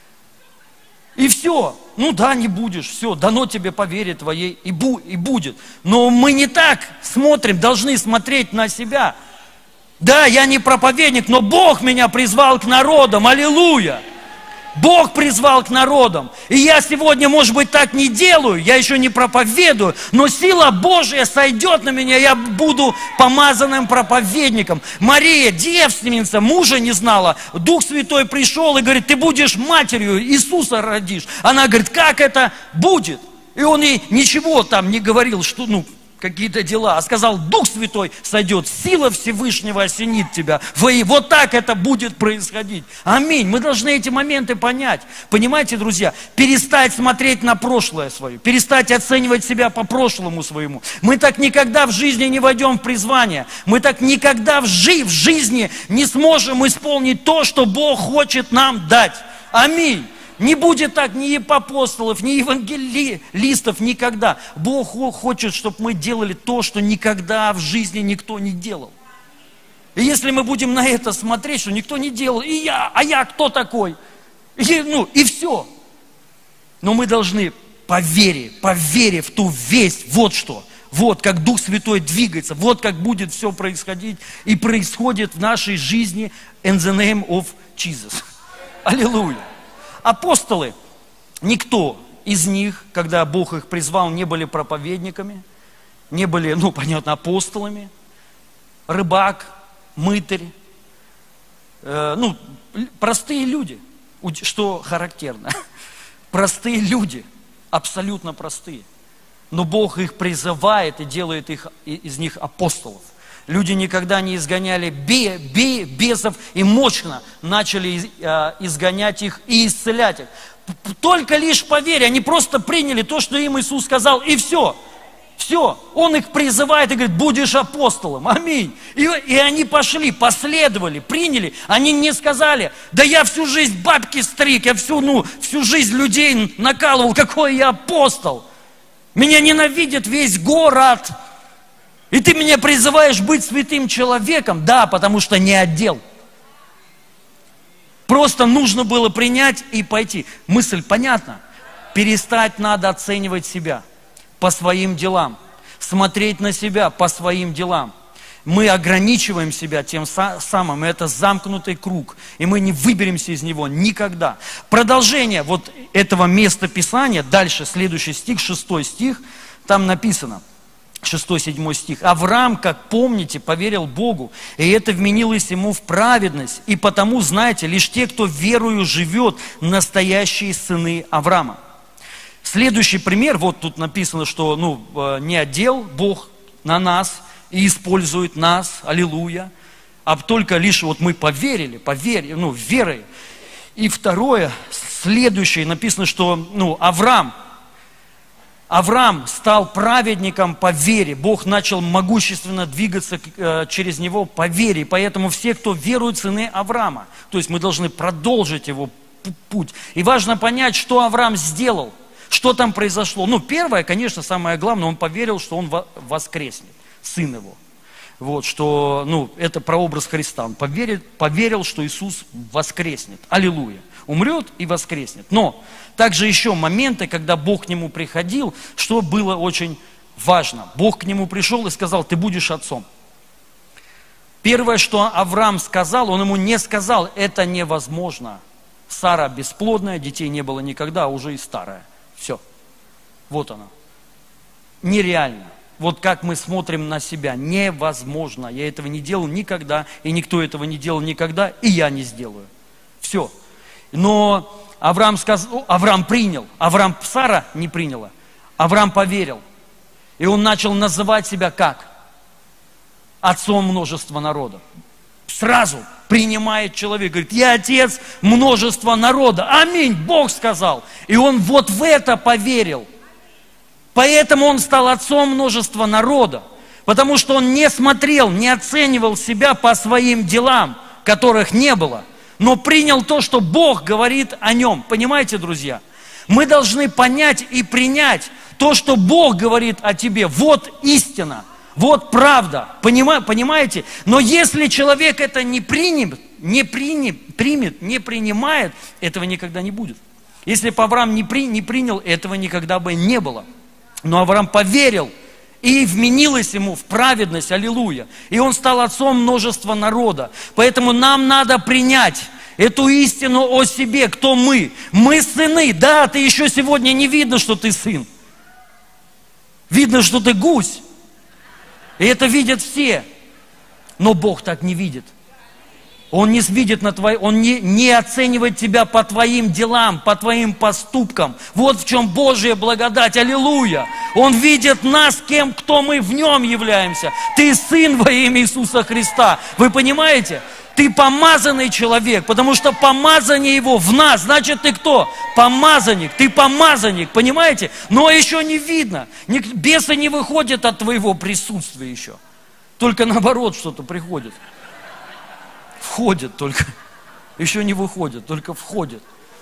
И все. Ну да, не будешь. Все, дано тебе по вере твоей и, бу, и будет. Но мы не так смотрим, должны смотреть на себя. Да, я не проповедник, но Бог меня призвал к народам. Аллилуйя. Бог призвал к народам. И я сегодня, может быть, так не делаю, я еще не проповедую, но сила Божья сойдет на меня, я буду помазанным проповедником. Мария, девственница, мужа не знала, Дух Святой пришел и говорит: ты будешь матерью, Иисуса родишь. Она говорит: как это будет? И он ей ничего там не говорил, что, ну, какие-то дела, а сказал: Дух Святой сойдет, сила Всевышнего осенит тебя. И вот так это будет происходить. Аминь. Мы должны эти моменты понять. Понимаете, друзья, перестать смотреть на прошлое свое, перестать оценивать себя по прошлому своему. Мы так никогда в жизни не войдем в призвание. Мы так никогда в, жи- в жизни не сможем исполнить то, что Бог хочет нам дать. Аминь. Не будет так ни апостолов, ни евангелистов, никогда. Бог хочет, чтобы мы делали то, что никогда в жизни никто не делал. И если мы будем на это смотреть, что никто не делал, и я, а я кто такой? И, ну, и все. Но мы должны по вере, по вере в ту весть, вот что. Вот как Дух Святой двигается, вот как будет все происходить и происходит в нашей жизни in the name of Jesus. Аллилуйя. Апостолы, никто из них, когда Бог их призвал, не были проповедниками, не были, ну, понятно, апостолами. Рыбак, мытарь, э, ну, простые люди, что характерно. Простые люди, абсолютно простые. но Бог их призывает и делает их, из них апостолов. Люди никогда не изгоняли бе, бе, бесов и мощно начали изгонять их и исцелять их. Только лишь по вере, они просто приняли то, что им Иисус сказал, и все. Все, Он их призывает и говорит, будешь апостолом, аминь. И, и они пошли, последовали, приняли. Они не сказали, да я всю жизнь бабки стриг, я всю, ну, всю жизнь людей накалывал, какой я апостол. Меня ненавидит весь город. И ты меня призываешь быть святым человеком? Да, потому что не отдел. Просто нужно было принять и пойти. Мысль понятна. Перестать надо оценивать себя по своим делам. Смотреть на себя по своим делам. Мы ограничиваем себя тем самым. Это замкнутый круг. И мы не выберемся из него никогда. Продолжение вот этого места Писания. Дальше следующий стих, шестой стих. Там написано. шестой-седьмой стих. Авраам, как помните, поверил Богу, и это вменилось ему в праведность. И потому, знаете, лишь те, кто верою живет, настоящие сыны Авраама. Следующий пример, вот тут написано, что ну, не отдел Бог на нас и использует нас, аллилуйя, а только лишь вот мы поверили, поверили, ну, верой. И второе, следующее, написано, что ну, Авраам, Авраам стал праведником по вере. Бог начал могущественно двигаться э, через него по вере. Поэтому все, кто верует, сыны Авраама. То есть мы должны продолжить его путь. И важно понять, что Авраам сделал, что там произошло. Ну, первое, конечно, самое главное, он поверил, что он воскреснет, сын его. Вот, что, ну, это прообраз Христа. Он поверил, поверил, что Иисус воскреснет. Аллилуйя. Умрет и воскреснет. Но также еще моменты, когда Бог к нему приходил, что было очень важно. Бог к нему пришел и сказал, ты будешь отцом. Первое, что Авраам сказал, он ему не сказал, это невозможно. Сара бесплодная, детей не было никогда, а уже и старая. Все. Вот она. Нереально. Вот как мы смотрим на себя. Невозможно. Я этого не делал никогда, и никто этого не делал никогда, и я не сделаю. Все. Но Авраам сказал, Авраам принял, Авраам Сара не приняла. Авраам поверил. И он начал называть себя как? Отцом множества народа. Сразу принимает человек, говорит, я отец множества народа. Аминь, Бог сказал. И он вот в это поверил. Поэтому он стал отцом множества народа. Потому что он не смотрел, не оценивал себя по своим делам, которых не было. Но принял то, что Бог говорит о нем. Понимаете, друзья? Мы должны понять и принять то, что Бог говорит о тебе. Вот истина. Вот правда, понимаете? Но если человек это не примет, не примет, примет, не принимает, этого никогда не будет. Если бы Авраам не, при, не принял, этого никогда бы не было. Но Авраам поверил, и вменилось ему в праведность, аллилуйя. И он стал отцом множества народа. Поэтому нам надо принять эту истину о себе, кто мы. Мы сыны, да, ты еще сегодня не видно, что ты сын. Видно, что ты гусь. И это видят все. Но Бог так не видит. Он не видит на твои, Он не, не оценивает тебя по твоим делам, по твоим поступкам. Вот в чем Божья благодать. Аллилуйя. Он видит нас, кем, кто мы в Нем являемся. Ты сын во имя Иисуса Христа. Вы понимаете? Ты помазанный человек, потому что помазание Его в нас. Значит, ты кто? Помазанник. Ты помазанник, понимаете? Но еще не видно. Бесы не выходят от твоего присутствия еще. Только наоборот что-то приходит. Входят только. Еще не выходят, только входят.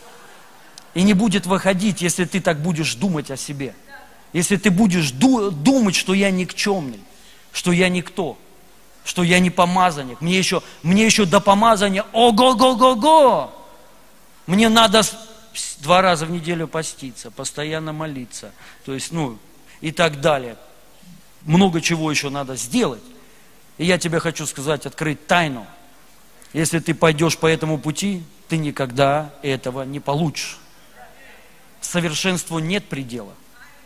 И не будет выходить, если ты так будешь думать о себе. Если ты будешь ду- думать, что я никчемный, что я никто. Что я не помазанник, мне еще, мне еще до помазания, ого-го-го-го! Мне надо два раза в неделю поститься, постоянно молиться, то есть, ну, и так далее. Много чего еще надо сделать. И я тебе хочу сказать, открыть тайну. Если ты пойдешь по этому пути, ты никогда этого не получишь. Совершенству нет предела.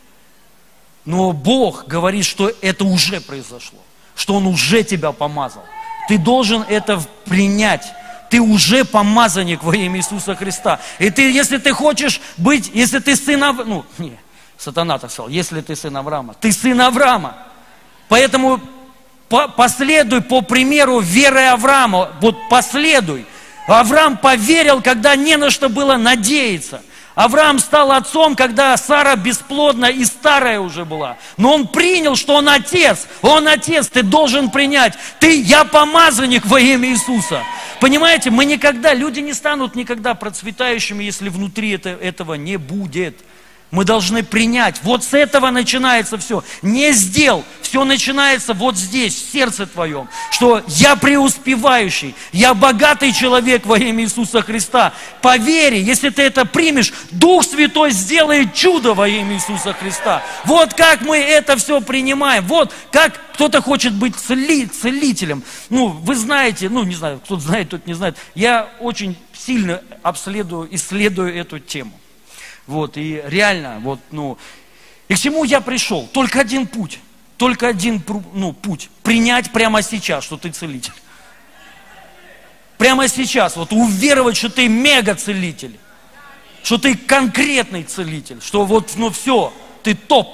Но Бог говорит, что это уже произошло. Что Он уже тебя помазал. Ты должен это принять. Ты уже помазанник во имя Иисуса Христа. И ты, если ты хочешь быть, если ты сын, ну, не, Сатана так сказал, если ты сын Авраама. Ты сын Авраама. Поэтому по последуй по примеру веры Авраама. Вот последуй. Авраам поверил, когда не на что было надеяться. Авраам стал отцом, когда Сара бесплодна и старая уже была. Но он принял, что он отец. Он отец, ты должен принять. Ты, я помазанник во имя Иисуса. Понимаете, мы никогда, люди не станут никогда процветающими, если внутри это, этого не будет. Мы должны принять. Вот с этого начинается все. Не сделал. Все начинается вот здесь, в сердце твоем. Что я преуспевающий, я богатый человек во имя Иисуса Христа. По вере, если ты это примешь, Дух Святой сделает чудо во имя Иисуса Христа. Вот как мы это все принимаем. Вот как кто-то хочет быть цели, целителем. Ну, вы знаете, ну, не знаю, кто знает, тот не знает. Я очень сильно обследую, исследую эту тему. Вот, и реально, вот, ну, и к чему я пришел? Только один путь, только один, ну, путь. Принять прямо сейчас, что ты целитель. Прямо сейчас, вот, уверовать, что ты мега-целитель. Что ты конкретный целитель, что вот, ну, все, ты топ.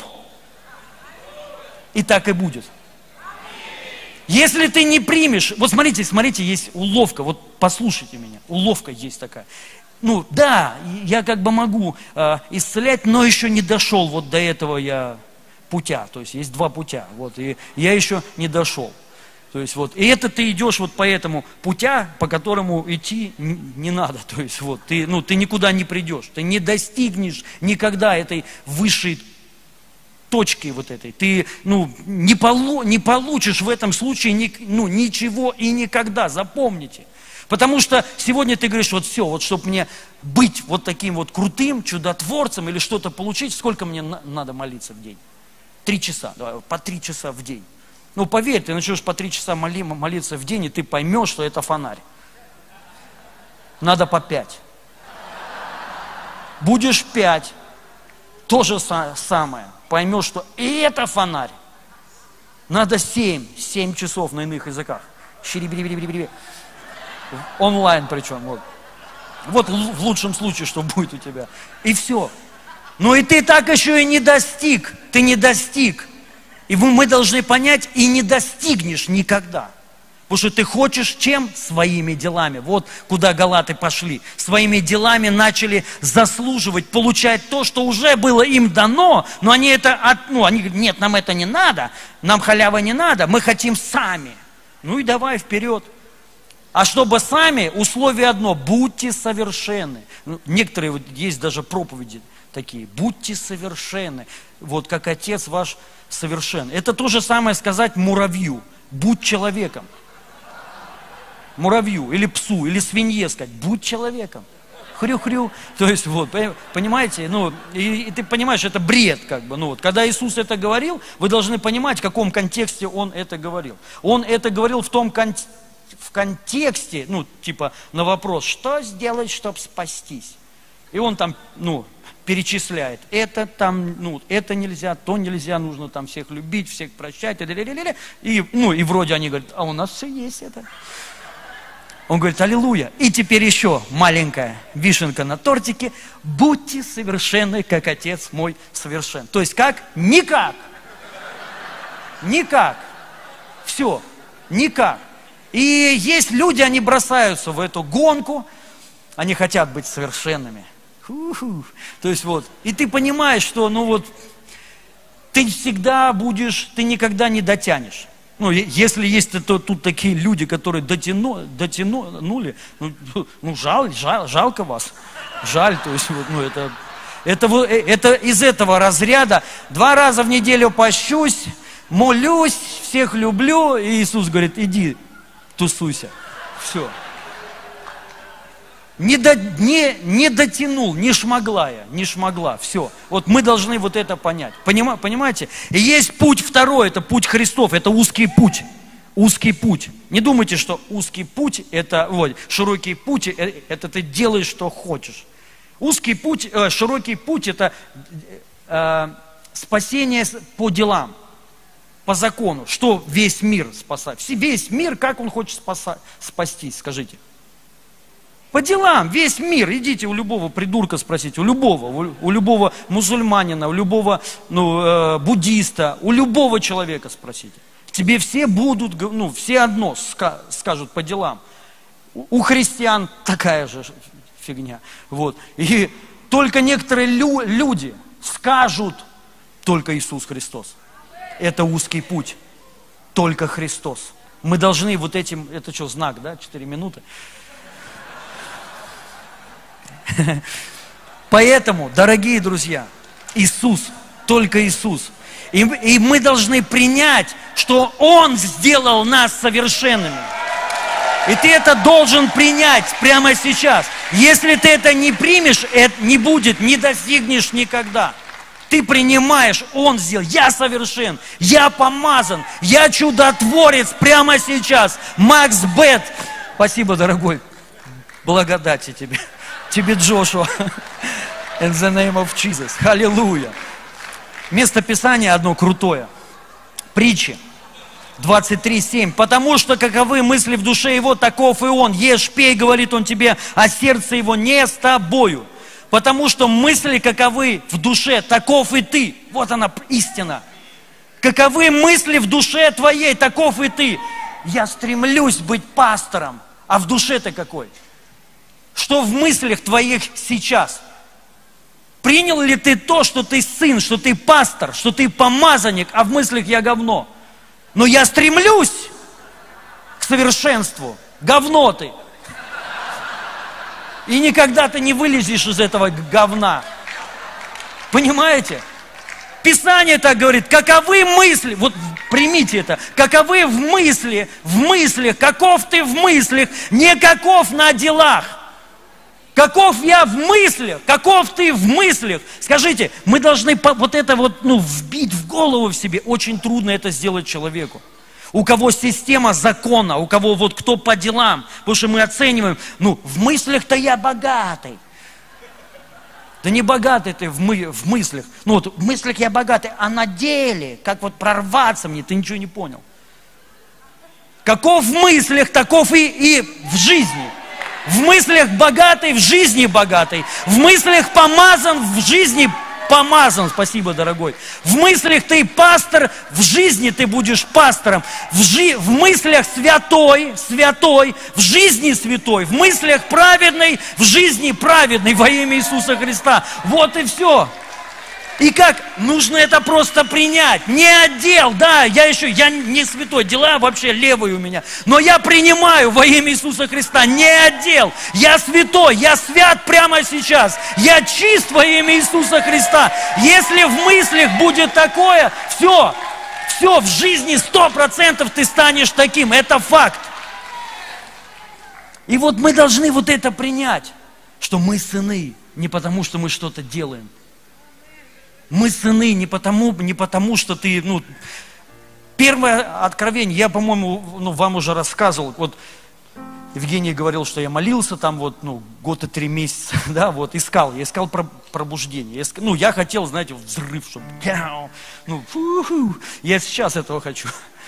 И так и будет. Если ты не примешь, вот смотрите, смотрите, есть уловка, вот послушайте меня, уловка есть такая. Ну, да, я как бы могу э, исцелять, но еще не дошел вот до этого я путя. То есть есть два путя, вот, и я еще не дошел. То есть вот, и это ты идешь вот по этому путя, по которому идти не, не надо. То есть вот, ты, ну, ты никуда не придешь, ты не достигнешь никогда этой высшей точки вот этой. Ты, ну, не, полу, не получишь в этом случае ни, ну, ничего и никогда, запомните. Потому что сегодня ты говоришь, вот все, вот чтобы мне быть вот таким вот крутым чудотворцем или что-то получить, сколько мне на- надо молиться в день? Три часа, давай, по три часа в день. Ну поверь, ты начнешь по три часа моли- молиться в день, и ты поймешь, что это фонарь. Надо по пять. Будешь пять, то же са- самое. Поймешь, что и это фонарь. Надо семь, семь часов на иных языках. Щири-бири-бири-бири-бири. Онлайн причем. Вот. вот в лучшем случае, что будет у тебя. И все. Но и ты так еще и не достиг. Ты не достиг. И мы должны понять, и не достигнешь никогда. Потому что ты хочешь чем? Своими делами. Вот куда галаты пошли. Своими делами начали заслуживать, получать то, что уже было им дано. Но они это, от, ну, они говорят, нет, нам это не надо. Нам халява не надо. Мы хотим сами. Ну и давай вперед. А чтобы сами, условие одно, будьте совершенны. Ну, некоторые, вот, есть даже проповеди такие, будьте совершенны, вот как Отец ваш совершен. Это то же самое сказать муравью, будь человеком. Муравью, или псу, или свинье сказать, будь человеком. Хрю-хрю. То есть, вот, понимаете, ну, и, и ты понимаешь, это бред, как бы, ну, вот, когда Иисус это говорил, вы должны понимать, в каком контексте Он это говорил. Он это говорил в том контексте, в контексте, ну, типа, на вопрос, что сделать, чтобы спастись? И он там, ну, перечисляет, это там, ну, это нельзя, то нельзя, нужно там всех любить, всех прощать, и, ну, и вроде они говорят, а у нас все есть это. Он говорит, аллилуйя. И теперь еще маленькая вишенка на тортике, будьте совершенны, как Отец мой совершен. То есть как? Никак. Никак. Все. Никак. И есть люди, они бросаются в эту гонку, они хотят быть совершенными. Ху-ху. То есть вот, и ты понимаешь, что, ну вот, ты всегда будешь, ты никогда не дотянешь. Ну, если есть то, тут такие люди, которые дотяну, дотянули, ну, ну жаль, жаль, жалко вас. Жаль, то есть, вот, ну, это, это, это из этого разряда. Два раза в неделю пощусь, молюсь, всех люблю, и Иисус говорит, иди, тусуйся. Все. Не, до, не, не дотянул, не шмогла я, не шмогла, все. Вот мы должны вот это понять. Понима, понимаете? И есть путь второй, это путь Христов, это узкий путь. Узкий путь. Не думайте, что узкий путь, это, вот, широкий путь, это ты делаешь, что хочешь. Узкий путь, э, широкий путь, это э, спасение по делам, по закону. Что весь мир спасает? Весь мир, как он хочет спасать, спастись, скажите. По делам, весь мир. Идите у любого придурка спросите, у любого, у, у любого мусульманина, у любого ну, э, буддиста, у любого человека спросите. Тебе все будут, ну, все одно ска- скажут по делам. У, у христиан такая же фигня. Вот. И только некоторые лю- люди скажут только Иисус Христос. Это узкий путь. Только Христос. Мы должны вот этим, это что, знак, да, четыре минуты? Поэтому, дорогие друзья, Иисус, только Иисус. И, и мы должны принять, что Он сделал нас совершенными. И ты это должен принять прямо сейчас. Если ты это не примешь, это не будет, не достигнешь никогда. Ты принимаешь, Он сделал, я совершен, я помазан, я чудотворец прямо сейчас. Макс Бет, спасибо, дорогой, благодати тебе. Тебе, Джошуа. In the name of Jesus. Аллилуйя. Место Писания одно крутое. Притчи. двадцать три семь. Потому что каковы мысли в душе его, таков и он. Ешь, пей, говорит он тебе, а сердце его не с тобою. Потому что мысли каковы в душе, таков и ты. Вот она истина. Каковы мысли в душе твоей, таков и ты. Я стремлюсь быть пастором. А в душе ты какой? Что в мыслях твоих сейчас? Принял ли ты то, что ты сын, что ты пастор, что ты помазанник, а в мыслях я говно? Но я стремлюсь к совершенству. Говно ты. И никогда ты не вылезешь из этого говна. Понимаете? Писание так говорит, каковы мысли, вот примите это, каковы в мысли, в мыслях, каков ты в мыслях, не каков на делах. Каков я в мыслях, каков ты в мыслях. Скажите, мы должны вот это вот, ну, вбить в голову в себе. Очень трудно это сделать человеку. У кого система закона, у кого вот кто по делам. Потому что мы оцениваем, ну, в мыслях-то я богатый. Да не богатый ты в, мы, в мыслях. Ну вот в мыслях я богатый, а на деле, как вот прорваться мне, ты ничего не понял. Каков в мыслях, таков и, и в жизни. В мыслях богатый, в жизни богатый. В мыслях помазан, в жизни помазан. Спасибо, дорогой. В мыслях ты пастор, в жизни ты будешь пастором. В, жи- в мыслях святой, святой, в жизни святой. В мыслях праведный, в жизни праведный во имя Иисуса Христа. Вот и все. И как? Нужно это просто принять. Не отдел, да, я еще, я не святой, дела вообще левые у меня. Но я принимаю во имя Иисуса Христа, не отдел. Я святой, я свят прямо сейчас. Я чист во имя Иисуса Христа. Если в мыслях будет такое, все, все, в жизни сто процентов ты станешь таким. Это факт. И вот мы должны вот это принять, что мы сыны, не потому что мы что-то делаем. Мы сыны не потому, не потому что ты, ну, первое откровение, я, по-моему, ну, вам уже рассказывал, вот Евгений говорил, что я молился там вот, ну, год и три месяца, да, вот, искал, я искал пробуждение, я искал, ну, я хотел, знаете, взрыв, чтобы, ну, фу-ху, я сейчас этого хочу.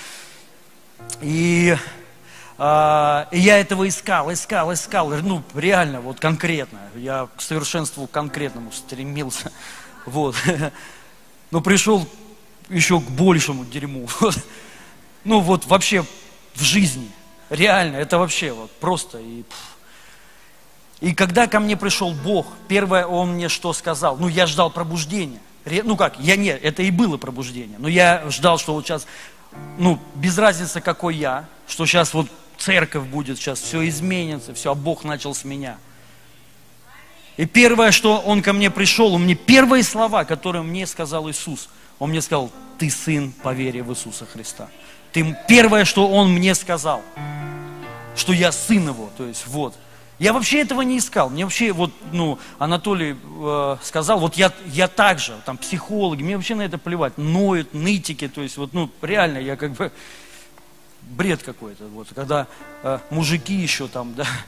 И, а, и я этого искал, искал, искал, ну, реально, вот конкретно, я к совершенству конкретному стремился. Вот. Но пришел еще к большему дерьму. Ну вот вообще в жизни. Реально, это вообще вот просто. И, и когда ко мне пришел Бог, первое, Он мне что сказал? Ну я ждал пробуждения. Ну как, я не, это и было пробуждение. Но я ждал, что вот сейчас, ну без разницы какой я, что сейчас вот церковь будет, сейчас все изменится, все, а Бог начал с меня. И первое, что Он ко мне пришел, Он мне первые слова, которые мне сказал Иисус, Он мне сказал, ты сын по вере в Иисуса Христа. Ты, первое, что Он мне сказал, что я сын Его, то есть вот. Я вообще этого не искал. Мне вообще, вот, ну, Анатолий э, сказал, вот я, я так же, там, психологи, мне вообще на это плевать, ноют, нытики, то есть вот, ну, реально, я как бы, бред какой-то, вот, когда э, мужики еще там, да,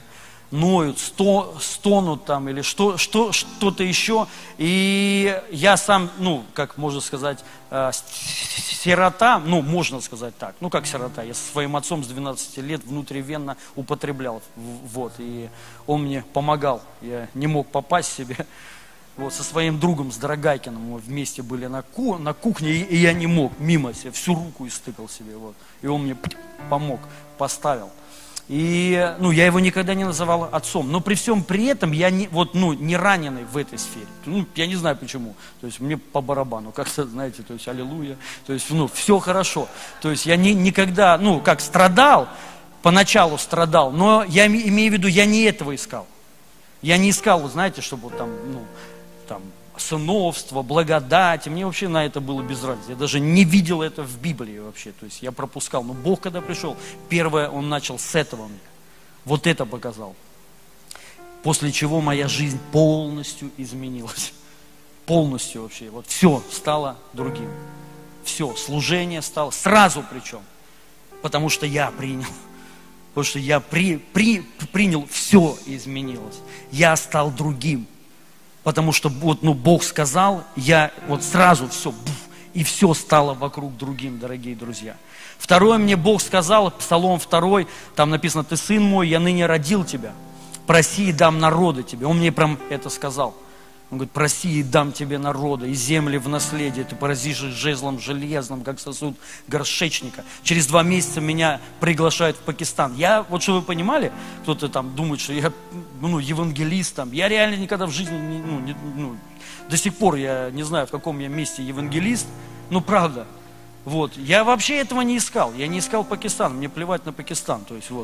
ноют, сто, стонут там или что, что, что-то еще. И я сам, ну, как можно сказать, э, сирота, ну, можно сказать так, ну, как сирота, я со своим отцом с двенадцати лет внутривенно употреблял, вот, и он мне помогал, я не мог попасть себе. Вот, со своим другом, с Дорогайкиным, мы вместе были на, ку- на кухне, и, и я не мог, мимо себе, всю руку истыкал себе, вот. И он мне помог, поставил. И, ну, я его никогда не называл отцом, но при всем при этом я не, вот, ну, не раненый в этой сфере. Ну, я не знаю почему, то есть мне по барабану, как-то, знаете, то есть аллилуйя, то есть, ну, все хорошо. То есть я не, никогда, ну, как страдал, поначалу страдал, но я имею в виду, я не этого искал. Я не искал, вот, знаете, чтобы вот там, ну, там, сыновство, благодать, и мне вообще на это было без разницы. Я даже не видел это в Библии вообще, то есть я пропускал. Но Бог, когда пришел, первое, Он начал с этого мне. Вот это показал. После чего моя жизнь полностью изменилась. Полностью вообще. Вот все стало другим. Все, служение стало, сразу причем. Потому что я принял. Потому что я при, при, принял, все изменилось. Я стал другим. Потому что вот, ну, Бог сказал, я вот сразу все, и все стало вокруг другим, дорогие друзья. Второе, мне Бог сказал, Псалом второй, там написано: «Ты сын мой, я ныне родил тебя, проси и дам народы тебе». Он мне прям это сказал. Он говорит: проси и дам тебе народа, и земли в наследие, ты поразишь жезлом железным, как сосуд горшечника. Через два месяца меня приглашают в Пакистан. Я, вот что вы понимали, кто-то там думает, что я, ну, евангелист там. Я реально никогда в жизни, не, ну, не, ну, до сих пор я не знаю, в каком я месте евангелист, ну, правда. Вот, я вообще этого не искал, я не искал Пакистан, мне плевать на Пакистан, то есть вот.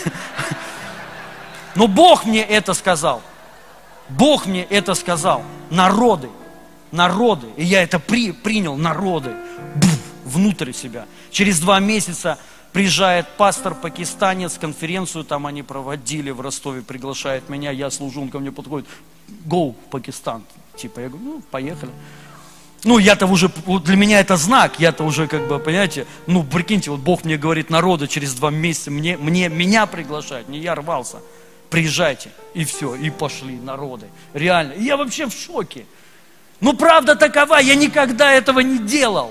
Но Бог мне это сказал. Бог мне это сказал. Народы. Народы. И я это при, принял. Народы. Буф, внутрь себя. Через два месяца приезжает пастор пакистанец, конференцию там они проводили в Ростове, приглашает меня, я служу, он ко мне подходит: go, Пакистан. Типа, я говорю: ну, поехали. Ну, я-то уже, вот для меня это знак, я-то уже как бы, понимаете, ну, прикиньте, вот Бог мне говорит: народы, через два месяца мне, мне, меня приглашают, не я рвался. Приезжайте, и все, и пошли народы. Реально. И я вообще в шоке. Ну, правда такова, я никогда этого не делал.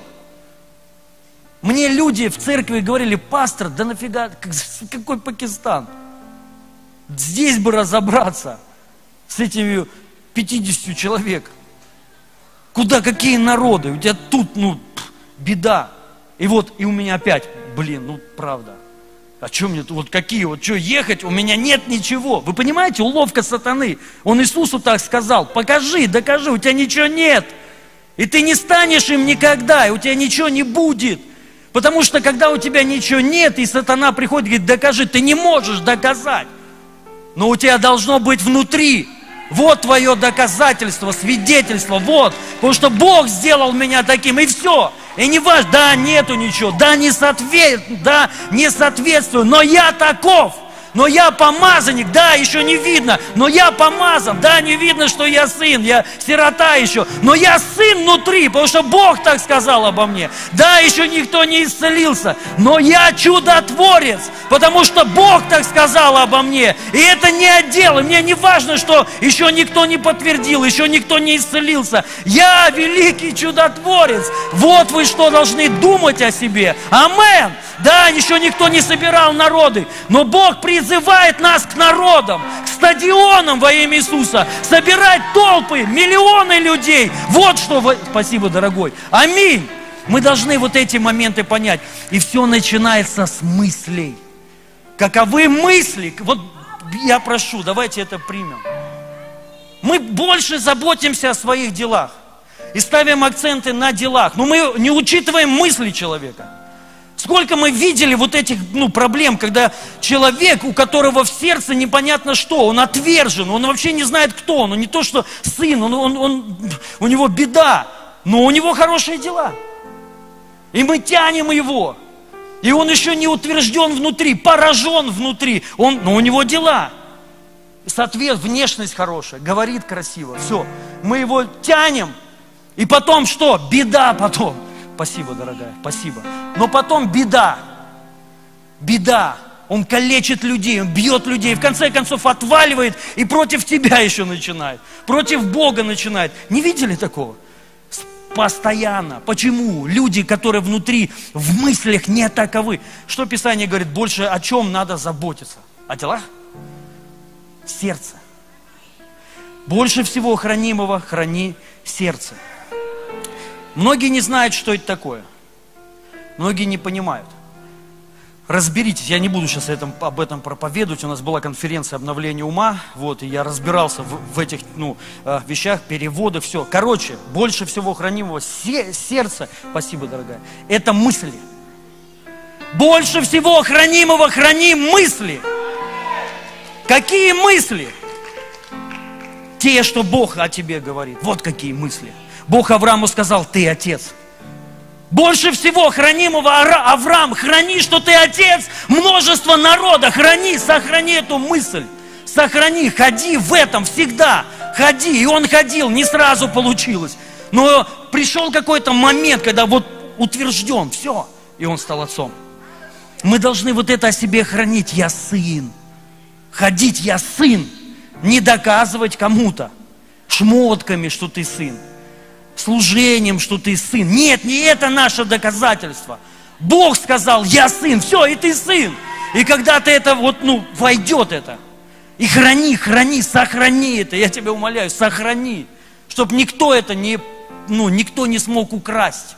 Мне люди в церкви говорили: пастор, да нафига, какой Пакистан? Здесь бы разобраться с этими пятьюдесятью человек. Куда, какие народы? У тебя тут, ну, беда. И вот, и у меня опять, блин, ну, правда. А что мне, вот какие, вот что ехать, у меня нет ничего. Вы понимаете, уловка сатаны. Он Иисусу так сказал: покажи, докажи, у тебя ничего нет. И ты не станешь им никогда, и у тебя ничего не будет. Потому что когда у тебя ничего нет, и сатана приходит и говорит: докажи, ты не можешь доказать. Но у тебя должно быть внутри. Вот твое доказательство, свидетельство, вот. Потому что Бог сделал меня таким, и все. И не важно, да, нету ничего, да, не соответствую, да, не соответствую, но я таков. Но я помазанник, да, еще не видно, но я помазан, да, не видно, что я сын, я сирота еще, но я сын внутри, потому что Бог так сказал обо мне. Да, еще никто не исцелился, но я чудотворец, потому что Бог так сказал обо мне. И это не отдел, и мне не важно, что еще никто не подтвердил, еще никто не исцелился. Я великий чудотворец. Вот вы что должны думать о себе. Амен. Да, еще никто не собирал народы, но Бог призывает нас к народам, к стадионам во имя Иисуса, собирать толпы, миллионы людей. Вот что вы... Спасибо, дорогой. Аминь. Мы должны вот эти моменты понять. И все начинается с мыслей. Каковы мысли? Вот я прошу, давайте это примем. Мы больше заботимся о своих делах и ставим акценты на делах, но мы не учитываем мысли человека. Сколько мы видели вот этих, ну, проблем, когда человек, у которого в сердце непонятно что, он отвержен, он вообще не знает, кто он, он не то что сын, он, он, он, у него беда, но у него хорошие дела. И мы тянем его, и он еще не утвержден внутри, поражен внутри, он, но у него дела. Соответственно, внешность хорошая, говорит красиво, все, мы его тянем, и потом что? Беда потом. Спасибо, дорогая, спасибо. Но потом беда, беда. Он калечит людей, он бьет людей, в конце концов отваливает и против тебя еще начинает, против Бога начинает. Не видели такого? Постоянно. Почему? Люди, которые внутри, в мыслях не таковы. Что Писание говорит? Больше о чем надо заботиться? О делах? Сердце. Больше всего хранимого храни сердце. Многие не знают, что это такое. Многие не понимают. Разберитесь, я не буду сейчас этом, об этом проповедовать, у нас была конференция обновления ума, вот, и я разбирался в, в этих ну, вещах, переводах, все. Короче, больше всего хранимого се- сердца, спасибо, дорогая, это мысли. Больше всего хранимого храни мысли. Какие мысли? Те, что Бог о тебе говорит. Вот какие мысли. Бог Аврааму сказал: ты отец. Больше всего хранимого Авраам, храни, что ты отец множества народа, храни, сохрани эту мысль, сохрани, ходи в этом всегда, ходи. И он ходил, не сразу получилось, но пришел какой-то момент, когда вот утвержден, все, и он стал отцом. Мы должны вот это о себе хранить: я сын, ходить: я сын, не доказывать кому-то шмотками, что ты сын, служением, что ты сын. Нет, не это наше доказательство. Бог сказал: я сын, все, и ты сын. И когда ты это вот, ну, войдет это, и храни, храни, сохрани это, я тебя умоляю, сохрани, чтобы никто это не, ну, никто не смог украсть.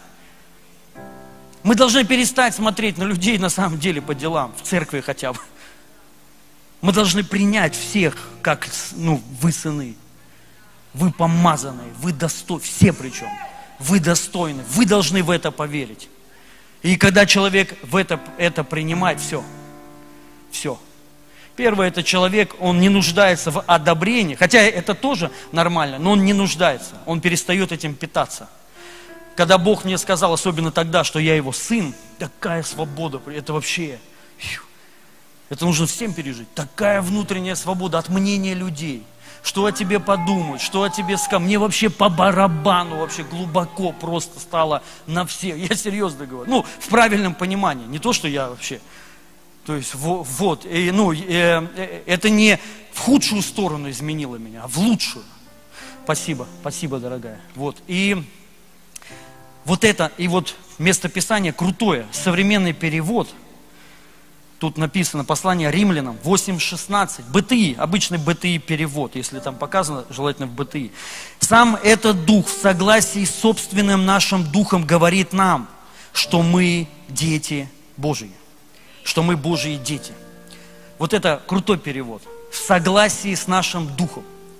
Мы должны перестать смотреть на людей на самом деле по делам, в церкви хотя бы. Мы должны принять всех, как, ну, вы сыны. Вы помазанные, вы достойны, все причем, вы достойны, вы должны в это поверить. И когда человек в это, это принимает, все, все. Первое, это человек, он не нуждается в одобрении, хотя это тоже нормально, но он не нуждается, он перестает этим питаться. Когда Бог мне сказал, особенно тогда, что я его сын, такая свобода, это вообще, это нужно всем пережить, такая внутренняя свобода от мнения людей. Что о тебе подумают, что о тебе скажут. Мне вообще по барабану, вообще глубоко просто стало на все. Я серьезно говорю. Ну, в правильном понимании. Не то, что я вообще. То есть, вот. И, ну, э, это не в худшую сторону изменило меня, а в лучшую. Спасибо, спасибо, дорогая. Вот. И вот это, и вот местописание крутое. Современный перевод. Тут написано послание римлянам восемь шестнадцать, БТИ, обычный БТИ перевод, если там показано, желательно в БТИ. Сам этот дух в согласии с собственным нашим духом говорит нам, что мы дети Божьи, что мы Божьи дети. Вот это крутой перевод. В согласии с нашим духом.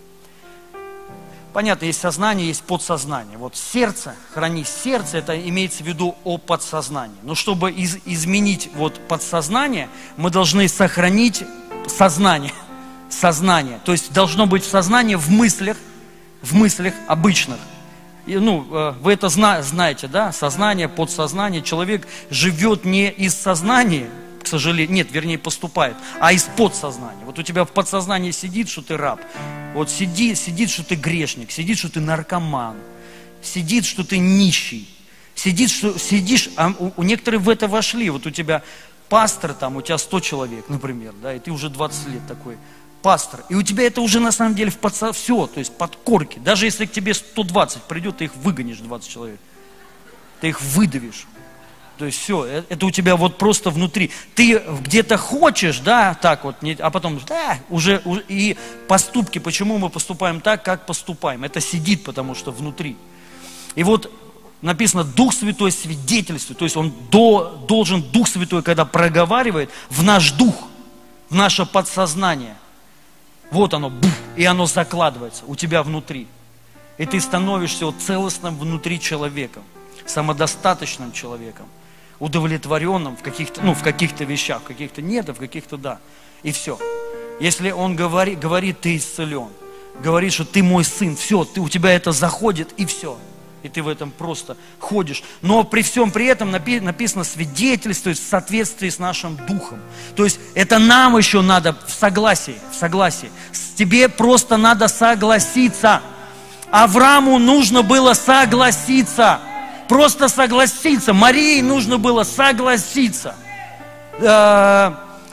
Понятно, есть сознание, есть подсознание. Вот сердце, храни сердце, это имеется в виду о подсознании. Но чтобы из, изменить вот подсознание, мы должны сохранить сознание. Сознание. То есть должно быть в сознании, в мыслях, в мыслях обычных. И, ну, вы это зна, знаете, да? Сознание, подсознание. Человек живет не из сознания, к сожалению, нет, вернее, поступает, а из подсознания. Вот у тебя в подсознании сидит, что ты раб. Вот сидит, сидит, что ты грешник, сидит, что ты наркоман, сидит, что ты нищий, сидит, что сидишь, а у, у некоторых в это вошли. Вот у тебя пастор, там, у тебя сто человек, например, да, и ты уже двадцать лет такой пастор, и у тебя это уже на самом деле в подсо... все, то есть под корки. Даже если к тебе сто двадцать придет, ты их выгонишь, двадцать человек, ты их выдавишь. То есть все, это у тебя вот просто внутри. Ты где-то хочешь, да, так вот, а потом, да, уже, и поступки, почему мы поступаем так, как поступаем. Это сидит, потому что внутри. И вот написано, Дух Святой свидетельствует, то есть он до, должен, Дух Святой, когда проговаривает, в наш дух, в наше подсознание. Вот оно, бух, и оно закладывается у тебя внутри. И ты становишься вот целостным внутри человеком, самодостаточным человеком, удовлетворенным в каких-то, ну, в каких-то вещах, в каких-то нет, а в каких-то да. И все. Если он говорит, говорит, ты исцелен, говорит, что ты мой сын, все, ты, у тебя это заходит, и все. И ты в этом просто ходишь. Но при всем при этом напи- написано свидетельствует в соответствии с нашим духом. То есть это нам еще надо в согласии, в согласии. С тебе просто надо согласиться. Аврааму нужно было согласиться. Просто согласиться. Марии нужно было согласиться.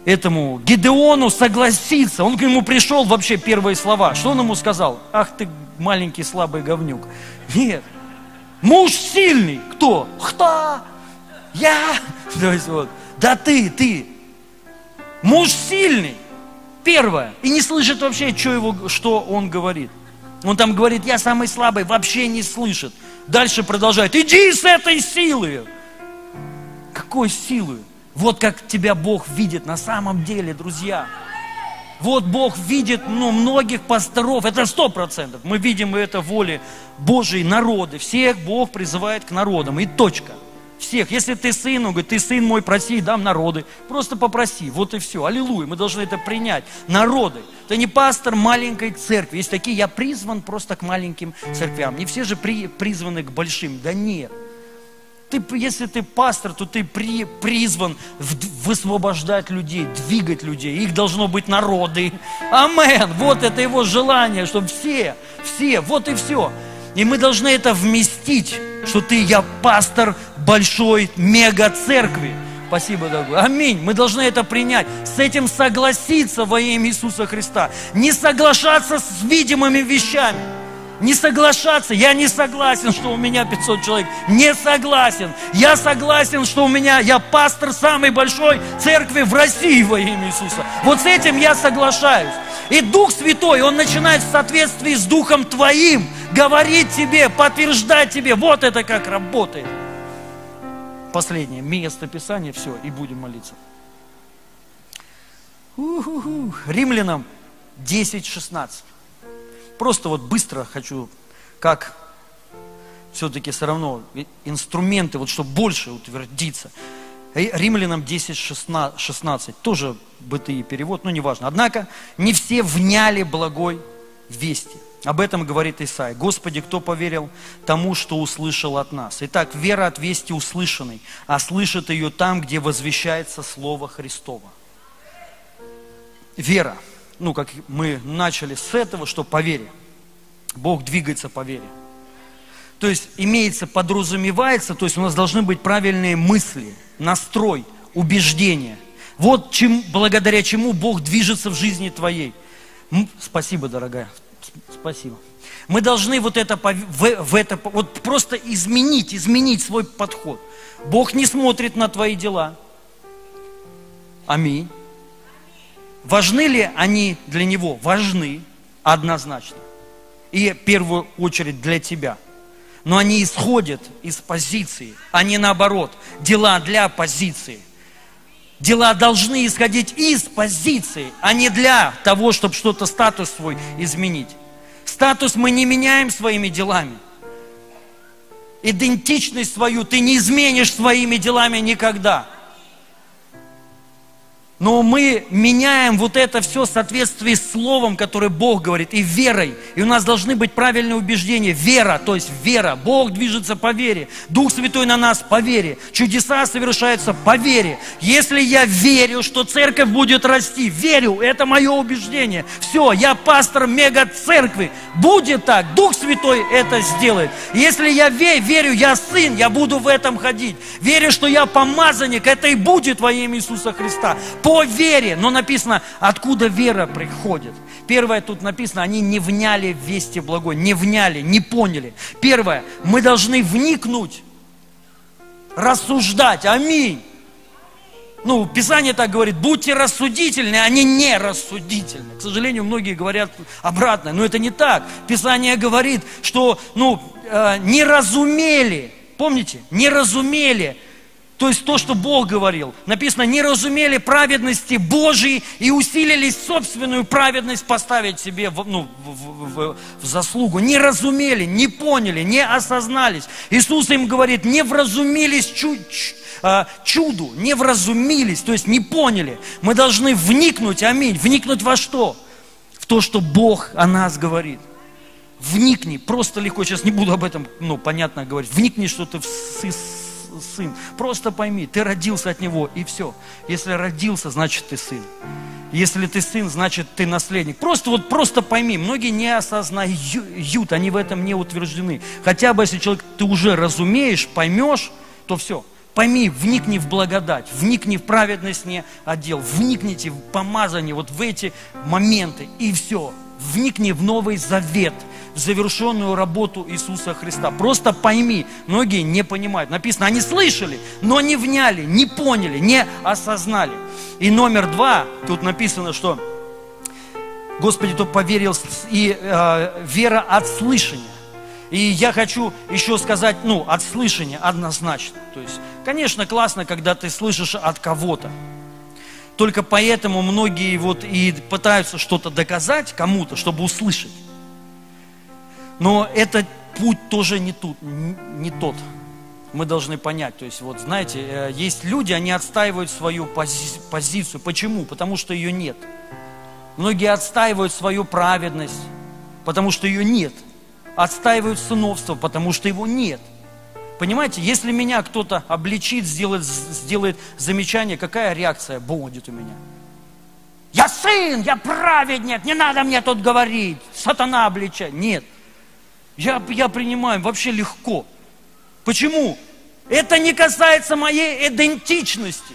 этому Гидеону согласиться. Он к нему пришел, вообще первые слова. Что он ему сказал? Ах ты маленький слабый говнюк. Нет. Муж сильный. Кто? Кто? Я. То есть вот. Да ты, ты. Муж сильный. Первое. И не слышит вообще, что, его, что он говорит. Он там говорит, я самый слабый, вообще не слышит. Дальше продолжает. Иди с этой силой. Какой силой? Вот как тебя Бог видит на самом деле, друзья. Вот Бог видит, ну, многих пасторов, это сто процентов. Мы видим это в воле Божьей народы. Всех Бог призывает к народам, и точка. Всех. Если ты сын, он говорит, ты сын мой, проси, дам народы. Просто попроси, вот и все. Аллилуйя, мы должны это принять. Народы. Ты не пастор маленькой церкви. Есть такие, я призван просто к маленьким церквям. Не все же при, призваны к большим. Да нет. Ты, если ты пастор, то ты при, призван высвобождать людей, двигать людей. Их должно быть народы. Амен. Вот это его желание, чтобы все, все, вот и все. И мы должны это вместить, что ты, я пастор большой мега-церкви. Спасибо, дорогой. Аминь. Мы должны это принять. С этим согласиться во имя Иисуса Христа. Не соглашаться с видимыми вещами. Не соглашаться. Я не согласен, что у меня пятьсот человек. Не согласен. Я согласен, что у меня, я пастор самой большой церкви в России во имя Иисуса. Вот с этим я соглашаюсь. И Дух Святой, Он начинает в соответствии с Духом Твоим говорить тебе, подтверждать тебе. Вот это как работает. Последнее место Писания, все, и будем молиться. У-ху-ху. Римлянам десять шестнадцать. Просто вот быстро хочу, как все-таки все равно инструменты, вот чтобы больше утвердиться. Римлянам десять шестнадцать, тоже БТИ перевод, но неважно. Однако не все вняли благой вести. Об этом говорит Исаия. Господи, кто поверил тому, что услышал от нас? Итак, вера от вести услышанной, а слышит ее там, где возвещается Слово Христово. Вера. Ну, как мы начали с этого, что по вере. Бог двигается по вере. То есть имеется, подразумевается, то есть у нас должны быть правильные мысли, настрой, убеждения. Вот чем, благодаря чему Бог движется в жизни твоей. Спасибо, дорогая. Спасибо. Мы должны вот это, в, в это вот просто изменить, изменить свой подход. Бог не смотрит на твои дела. Аминь. Важны ли они для Него? Важны, однозначно. И в первую очередь для тебя. Но они исходят из позиции, а не наоборот. Дела для позиции. Дела должны исходить из позиции, а не для того, чтобы что-то, статус свой изменить. Статус мы не меняем своими делами. Идентичность свою ты не изменишь своими делами никогда. Но мы меняем вот это все в соответствии с Словом, которое Бог говорит, и верой. И у нас должны быть правильные убеждения. Вера, то есть вера. Бог движется по вере. Дух Святой на нас по вере. Чудеса совершаются по вере. Если я верю, что церковь будет расти, верю, это мое убеждение. Все, я пастор мега-церкви. Будет так, Дух Святой это сделает. Если я верю, я сын, я буду в этом ходить. Верю, что я помазанник, это и будет во имя Иисуса Христа. По вере, но написано, откуда вера приходит. Первое тут написано, они не вняли в вести благой, не вняли, не поняли. Первое, мы должны вникнуть, рассуждать, аминь. Ну, Писание так говорит, будьте рассудительны, они не рассудительны. К сожалению, многие говорят обратно, но это не так. Писание говорит, что, ну, э, не разумели, помните, не разумели. То есть то, что Бог говорил. Написано, не разумели праведности Божьей и усилились собственную праведность поставить себе в, ну, в, в, в заслугу. Не разумели, не поняли, не осознались. Иисус им говорит, не вразумились чу, чу, а, чуду, не вразумились, то есть не поняли. Мы должны вникнуть, аминь, вникнуть во что? В то, что Бог о нас говорит. Вникни, просто легко, сейчас не буду об этом, ну, понятно говорить. Вникни, что ты в сын. Просто пойми, ты родился от него, и все. Если родился, значит ты сын. Если ты сын, значит ты наследник. Просто вот просто пойми, многие не осознают, они в этом не утверждены. Хотя бы если человек, ты уже разумеешь, поймешь, то все. Пойми, вникни в благодать, вникни в праведность не отдел, вникните в помазание, вот в эти моменты, и все. Вникни в Новый Завет, в завершенную работу Иисуса Христа. Просто пойми, многие не понимают. Написано, они слышали, но не вняли, не поняли, не осознали. И номер два, тут написано, что Господи, кто поверил, и э, вера от слышания. И я хочу еще сказать, ну, от слышания однозначно. То есть, конечно, классно, когда ты слышишь от кого-то. Только поэтому многие вот и пытаются что-то доказать кому-то, чтобы услышать. Но этот путь тоже не, тут, не тот. Мы должны понять. То есть, вот знаете, есть люди, они отстаивают свою пози- позицию. Почему? Потому что ее нет. Многие отстаивают свою праведность, потому что ее нет. Отстаивают сыновство, потому что его нет. Понимаете, если меня кто-то обличит, сделает, сделает замечание, какая реакция будет у меня? Я сын, я праведник, не надо мне тут говорить, сатана обличает. Нет, я, я принимаю вообще легко. Почему? Это не касается моей идентичности.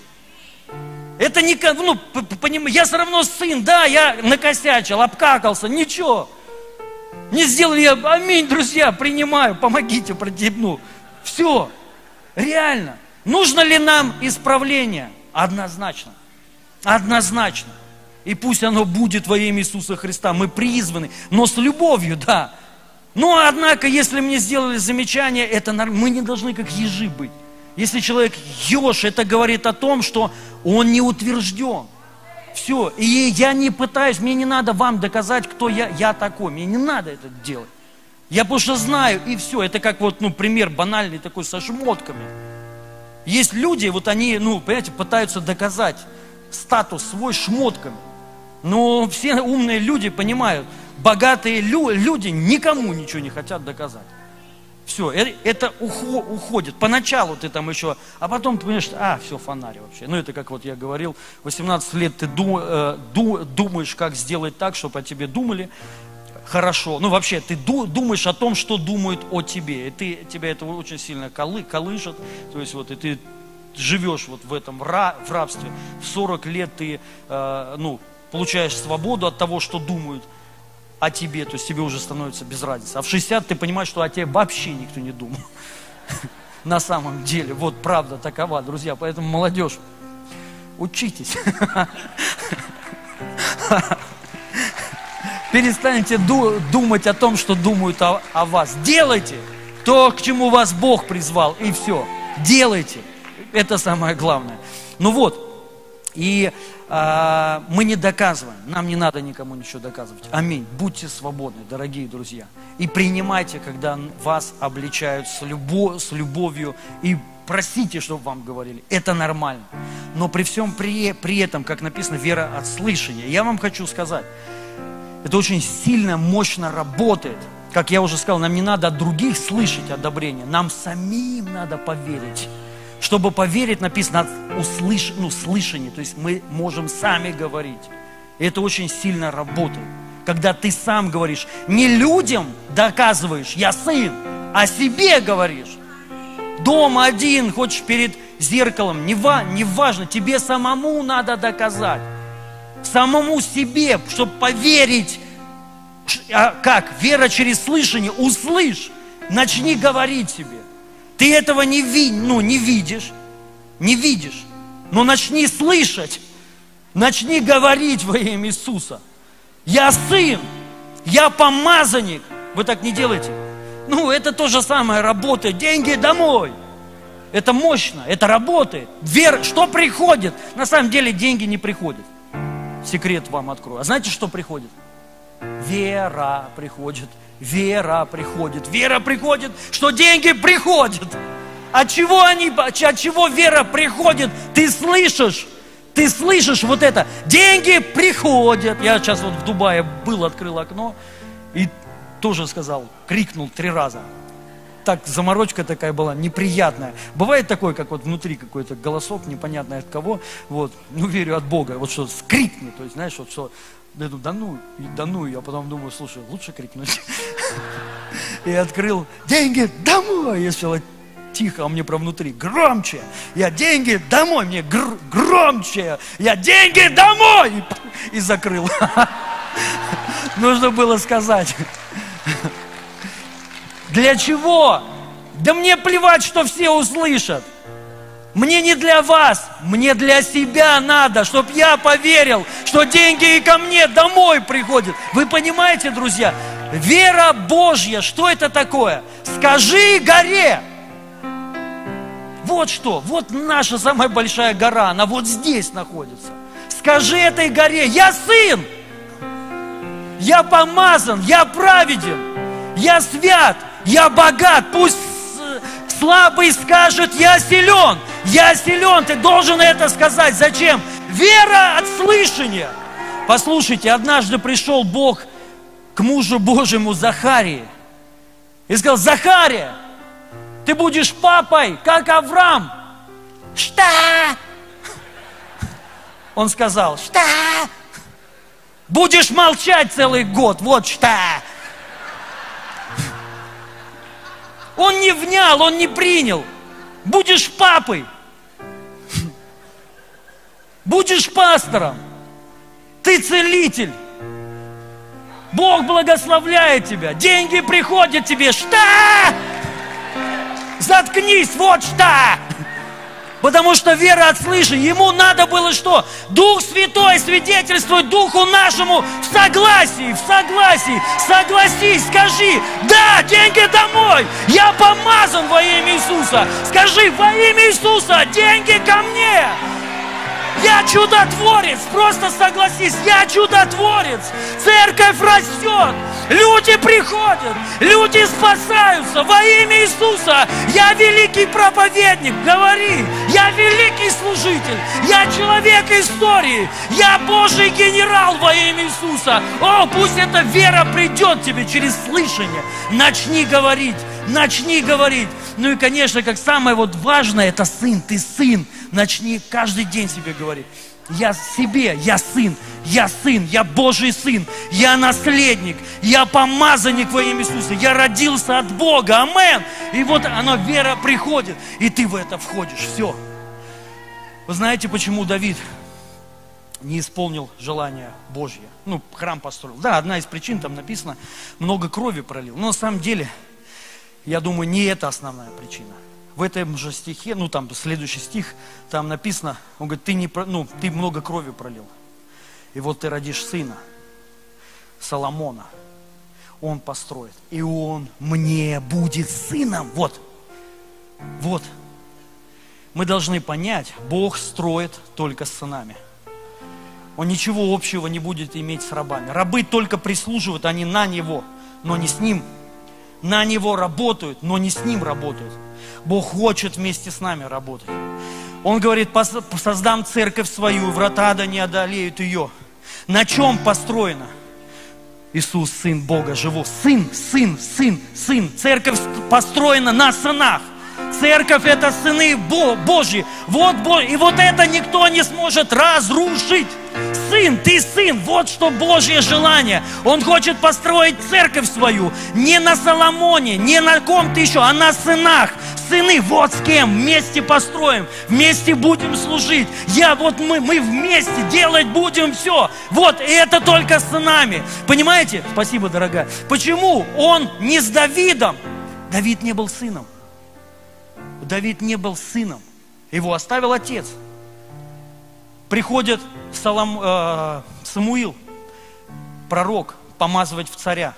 Это не, ну, понимаю, я все равно сын, да, я накосячил, обкакался, ничего. Не сделали я, аминь, друзья, принимаю, помогите, противну. Все, реально. Нужно ли нам исправление? Однозначно. Однозначно. И пусть оно будет во имя Иисуса Христа. Мы призваны, но с любовью, да. Но, однако, если мне сделали замечание, это мы не должны как ежи быть. Если человек еж, это говорит о том, что он не утвержден. Все. И я не пытаюсь, мне не надо вам доказать, кто я, я такой. Мне не надо это делать. Я потому что знаю, и все. Это как вот, ну, пример банальный такой со шмотками. Есть люди, вот они, ну, понимаете, пытаются доказать статус свой шмотками. Но все умные люди понимают, богатые лю- люди никому ничего не хотят доказать. Все, это уходит. Поначалу ты там еще, а потом ты понимаешь, а, все, фонарь вообще. Ну, это как вот я говорил, восемнадцать лет ты ду, э, ду, думаешь, как сделать так, чтобы о тебе думали хорошо. Ну, вообще, ты ду, думаешь о том, что думают о тебе. И ты, тебя это очень сильно колы, колышет. То есть, вот, и ты живешь вот в этом ра, в рабстве. В сорок лет ты, э, ну, получаешь свободу от того, что думают о тебе, то есть тебе уже становится без разницы. А в шестьдесят ты понимаешь, что о тебе вообще никто не думал. На самом деле, вот правда такова, друзья. Поэтому, молодежь, учитесь. Перестаньте думать о том, что думают о, о вас. Делайте то, к чему вас Бог призвал, и все. Делайте. Это самое главное. Ну вот, и а, мы не доказываем, нам не надо никому ничего доказывать. Аминь. Будьте свободны, дорогие друзья. И принимайте, когда вас обличают с, любо, с любовью, и просите, чтобы вам говорили. Это нормально. Но при всем при, при этом, как написано, вера от слышания. Я вам хочу сказать, это очень сильно, мощно работает. Как я уже сказал, нам не надо от других слышать одобрение, нам самим надо поверить. Чтобы поверить, написано от услыш... ну, слышания, то есть мы можем сами говорить. И это очень сильно работает. Когда ты сам говоришь, не людям доказываешь, я сын, а себе говоришь. Дома один, хочешь перед зеркалом, не, ва... не важно, тебе самому надо доказать. Самому себе, чтобы поверить. А как? Вера через слышание, услышь, начни говорить себе. Ты этого не, ви, ну, не видишь, не видишь, но начни слышать, начни говорить во имя Иисуса. Я сын, я помазанник. Вы так не делаете? Ну, это то же самое работает. Деньги домой. Это мощно, это работает. Вера, что приходит? На самом деле деньги не приходят. Секрет вам открою. А знаете, что приходит? Вера приходит. Вера приходит. Вера приходит, что деньги приходят. От чего они, от чего вера приходит? Ты слышишь? Ты слышишь вот это? Деньги приходят. Я сейчас вот в Дубае был, открыл окно и тоже сказал, крикнул три раза. Так, заморочка такая была, неприятная. Бывает такое, как вот внутри какой-то голосок, непонятно от кого, вот, ну, верю от Бога, вот что скрикни, то есть, знаешь, вот что, я думаю, да ну, да ну, я потом думаю, слушай, лучше крикнуть. И открыл, деньги домой, я сначала тихо, а мне прям внутри громче. Я деньги домой, мне гр- громче. Я деньги домой. И, и закрыл. Нужно было сказать. Для чего? Да мне плевать, что все услышат. Мне не для вас, мне для себя надо, чтобы я поверил, что деньги и ко мне домой приходят. Вы понимаете, друзья? Вера Божья, что это такое? Скажи горе. Вот что, вот наша самая большая гора, она вот здесь находится. Скажи этой горе: я сын, я помазан, я праведен, я свят, я богат. Пусть слабый скажет: я силен, я силен. Ты должен это сказать. Зачем? Вера от слышания. Послушайте, однажды пришел Бог к мужу Божьему Захарии и сказал: Захария, ты будешь папой, как Авраам. Что? Он сказал: что? Будешь молчать целый год, вот что. Он не внял, он не принял. Будешь папой. Будешь пастором. Ты целитель. Бог благословляет тебя. Деньги приходят тебе. Что? Заткнись, вот что. Потому что вера от слышания. Ему надо было что? Дух Святой свидетельствует Духу нашему в согласии, в согласии. Согласись, скажи: да, деньги домой. Я помазан во имя Иисуса. Скажи: во имя Иисуса, деньги ко мне. Я чудотворец, просто согласись, я чудотворец. Церковь растет, люди приходят, люди спасаются во имя Иисуса. Я великий проповедник, говори, я великий служитель, я человек истории, я Божий генерал во имя Иисуса. О, пусть эта вера придет тебе через слышание. Начни говорить, начни говорить. Ну и, конечно, как самое вот важное, это сын, ты сын. Начни каждый день себе говорить: я себе, я сын, я сын, я Божий сын, я наследник, я помазанник во имя Иисуса, я родился от Бога, амен. И вот оно, вера приходит, и ты в это входишь, все. Вы знаете, почему Давид не исполнил желание Божье? Ну, храм построил. Да, одна из причин, там написано, много крови пролил. Но на самом деле, я думаю, не это основная причина. В этом же стихе, ну там следующий стих, там написано, он говорит: ты, не, ну, ты много крови пролил. И вот ты родишь сына, Соломона, он построит, и он мне будет сыном. Вот, вот. Мы должны понять, Бог строит только с сынами. Он ничего общего не будет иметь с рабами. Рабы только прислуживают, они на Него, но не с Ним. На Него работают, но не с Ним работают. Бог хочет вместе с нами работать. Он говорит: создам церковь свою, врата ада не одолеют ее. На чем построена? Иисус, Сын Бога живого. Сын, Сын, Сын, Сын. Церковь построена на сынах. Церковь — это сыны Божьи. Вот Бог, и вот это никто не сможет разрушить. Сын, ты сын, вот что Божье желание. Он хочет построить церковь свою не на Соломоне, не на ком-то еще, а на сынах. Сыны, вот с кем вместе построим, вместе будем служить. Я, вот мы, мы вместе делать будем все. Вот, и это только с сынами. Понимаете? Спасибо, дорогая. Почему он не с Давидом? Давид не был сыном. Давид не был сыном. Его оставил отец. Приходит Солом, э, Самуил, пророк, помазывать в царя.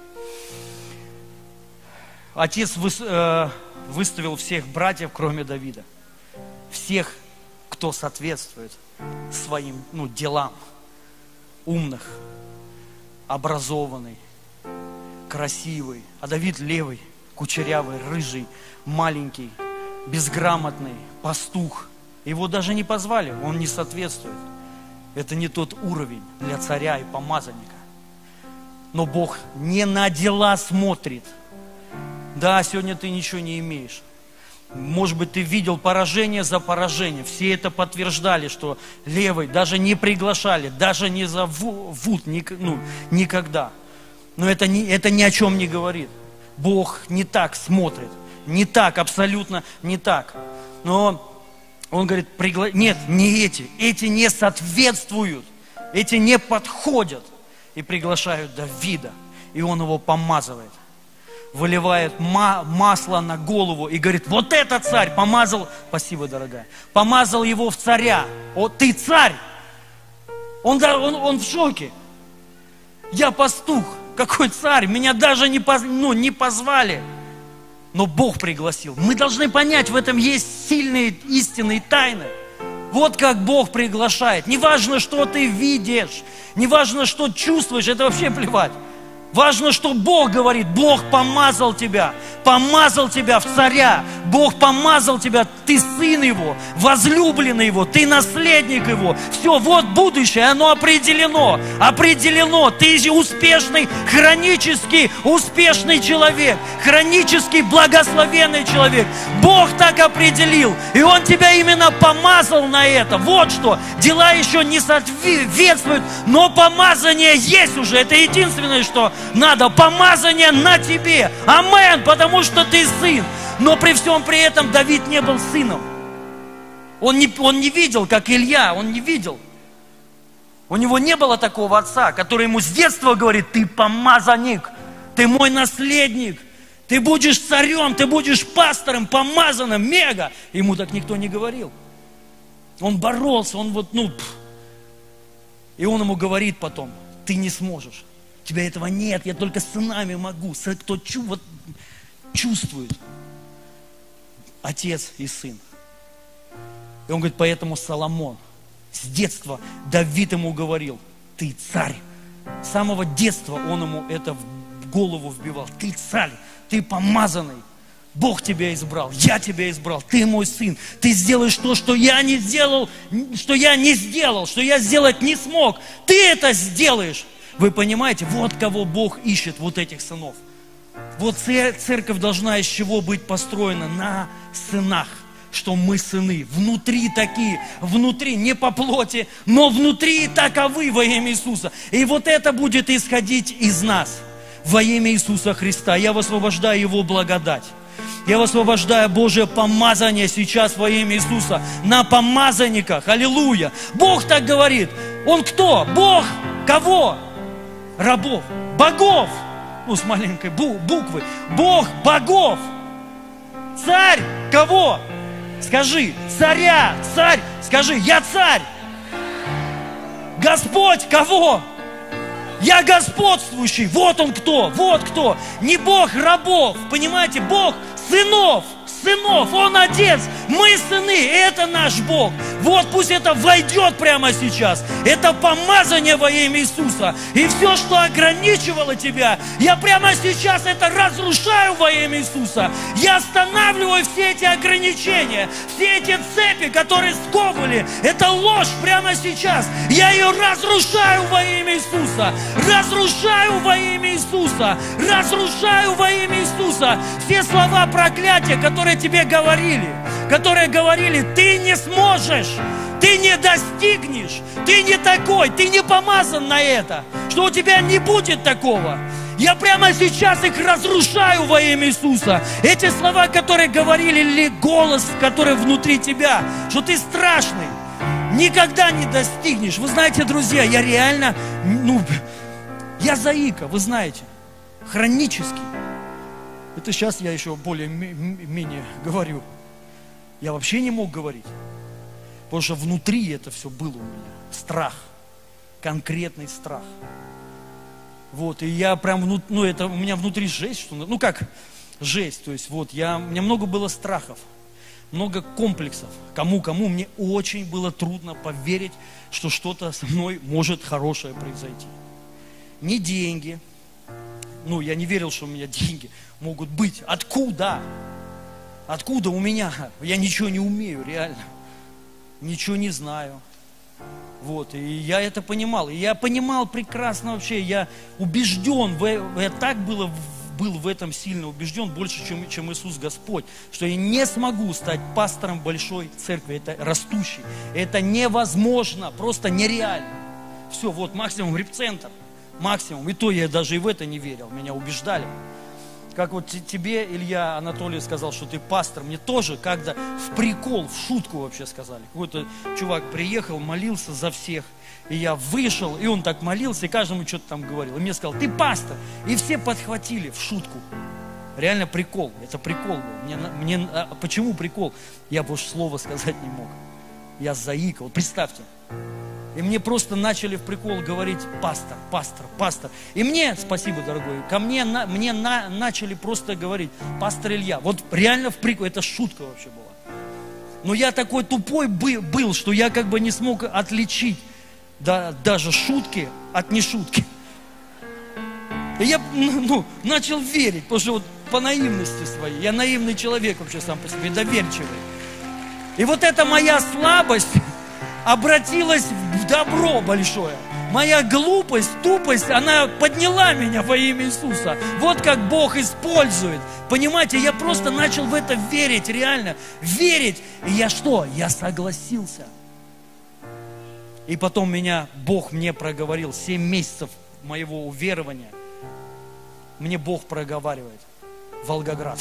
Отец вы, э, выставил всех братьев, кроме Давида. Всех, кто соответствует своим ну, делам. Умных, образованный, красивый. А Давид левый, кучерявый, рыжий, маленький, безграмотный, пастух. Его даже не позвали, он не соответствует. Это не тот уровень для царя и помазанника. Но Бог не на дела смотрит. Да, сегодня ты ничего не имеешь. Может быть, ты видел поражение за поражение. Все это подтверждали, что левый даже не приглашали, даже не зовут ну, никогда. Но это ни, это ни о чем не говорит. Бог не так смотрит. не так, абсолютно не так. Но он говорит, пригла... нет, не эти, эти не соответствуют, эти не подходят. И приглашают Давида, и он его помазывает. Выливает ма- масло на голову и говорит, вот этот царь помазал, спасибо, дорогая, помазал его в царя. О, ты царь! Он, он, он в шоке. Я пастух, какой царь, меня даже не, поз, ну, не позвали. Но Бог пригласил. Мы должны понять, в этом есть сильные истинные тайны. Вот как Бог приглашает. Не важно, что ты видишь, не важно, что чувствуешь, это вообще плевать. Важно, что Бог говорит, Бог помазал тебя, помазал тебя в царя, Бог помазал тебя, ты сын Его, возлюбленный Его, ты наследник Его. Все, вот будущее, оно определено, определено. Ты же успешный, хронически успешный человек, хронически благословенный человек. Бог так определил, и Он тебя именно помазал на это. Вот что, дела еще не соответствуют, но помазание есть уже, это единственное, что надо, помазание на тебе. Амен, потому что ты сын. Но при всем при этом Давид не был сыном. Он не, он не видел, как Илья, он не видел. У него не было такого отца, который ему с детства говорит, ты помазанник, ты мой наследник, ты будешь царем, ты будешь пастором, помазанным, мега. Ему так никто не говорил. Он боролся, он вот, ну... Пфф. И он ему говорит потом, ты не сможешь. У тебя этого нет, я только с сынами могу. Кто чу, вот, чувствует. Отец и сын. И он говорит, поэтому Соломон, с детства Давид ему говорил, ты царь. С самого детства он ему это в голову вбивал. Ты царь, ты помазанный. Бог тебя избрал, я тебя избрал, ты мой сын. Ты сделаешь то, что я не сделал, что я не сделал, что я сделать не смог. Ты это сделаешь. Вы понимаете, вот кого Бог ищет, вот этих сынов. Вот церковь должна из чего быть построена? На сынах, что мы сыны. Внутри такие, внутри, не по плоти, но внутри таковы во имя Иисуса. И вот это будет исходить из нас во имя Иисуса Христа. Я высвобождаю Его благодать. Я высвобождаю Божие помазание сейчас во имя Иисуса на помазанниках. Аллилуйя. Бог так говорит. Он кто? Бог кого? Рабов, богов, ну с маленькой буквы, Бог богов, царь кого? Скажи, царя, царь, скажи, я царь, Господь кого? Я господствующий, вот он кто, вот кто, не Бог рабов, понимаете, Бог сынов, сынов, Он Отец, мы сыны, это наш Бог. Вот пусть это войдет прямо сейчас. Это помазание во имя Иисуса. И все, что ограничивало тебя, я прямо сейчас это разрушаю во имя Иисуса. Я останавливаю все эти ограничения, все эти цепи, которые сковывали. Это ложь прямо сейчас. Я ее разрушаю во имя Иисуса. Разрушаю во имя Иисуса. Разрушаю во имя Иисуса. Все слова проклятия, которые тебе говорили, которые говорили, ты не сможешь, ты не достигнешь, ты не такой, ты не помазан на это, что у тебя не будет такого. Я прямо сейчас их разрушаю во имя Иисуса. Эти слова, которые говорили, или голос, который внутри тебя, что ты страшный, никогда не достигнешь. Вы знаете, друзья, я реально, ну, я заика, вы знаете, хронический. Это сейчас я еще более-менее говорю. Я вообще не мог говорить. Потому что внутри это все было у меня. Страх. Конкретный страх. Вот, и я прям, внут, ну это у меня внутри жесть, что, ну как жесть, то есть вот, я, у меня много было страхов, много комплексов. Кому-кому мне очень было трудно поверить, что что-то со мной может хорошее произойти. Не деньги. Ну, я не верил, что у меня деньги могут быть. Откуда? Откуда у меня? Я ничего не умею, реально. Ничего не знаю. Вот, и я это понимал. И я понимал прекрасно вообще, я убежден, я так было, был в этом сильно убежден, больше, чем, чем Иисус Господь, что я не смогу стать пастором большой церкви, это растущей. Это невозможно, просто нереально. Все, вот максимум репцентр. Максимум. И то я даже и в это не верил. Меня убеждали. как вот тебе Илья Анатолий сказал, что ты пастор, мне тоже когда в прикол, в шутку вообще сказали. Какой-то чувак приехал, молился за всех, и я вышел, и он так молился, и каждому что-то там говорил. И мне сказал, ты пастор. И все подхватили в шутку. Реально прикол, это прикол был. Мне, мне, а почему прикол? Я больше слова сказать не мог. Я заикал, представьте. И мне просто начали в прикол говорить пастор, пастор, пастор. И мне, спасибо, дорогой, ко мне, на, мне на, начали просто говорить пастор Илья. Вот реально в прикол, это шутка вообще была. Но я такой тупой был, что я как бы не смог отличить да, даже шутки от нешутки. И я ну, начал верить, потому что вот по наивности своей, я наивный человек вообще сам по себе, доверчивый. И вот эта моя слабость обратилась в добро большое. Моя глупость, тупость, она подняла меня во имя Иисуса. Вот как Бог использует. Понимаете, я просто начал в это верить, реально, верить. И я что? Я согласился. И потом меня, Бог мне проговорил, семь месяцев моего уверования, мне Бог проговаривает, Волгоград.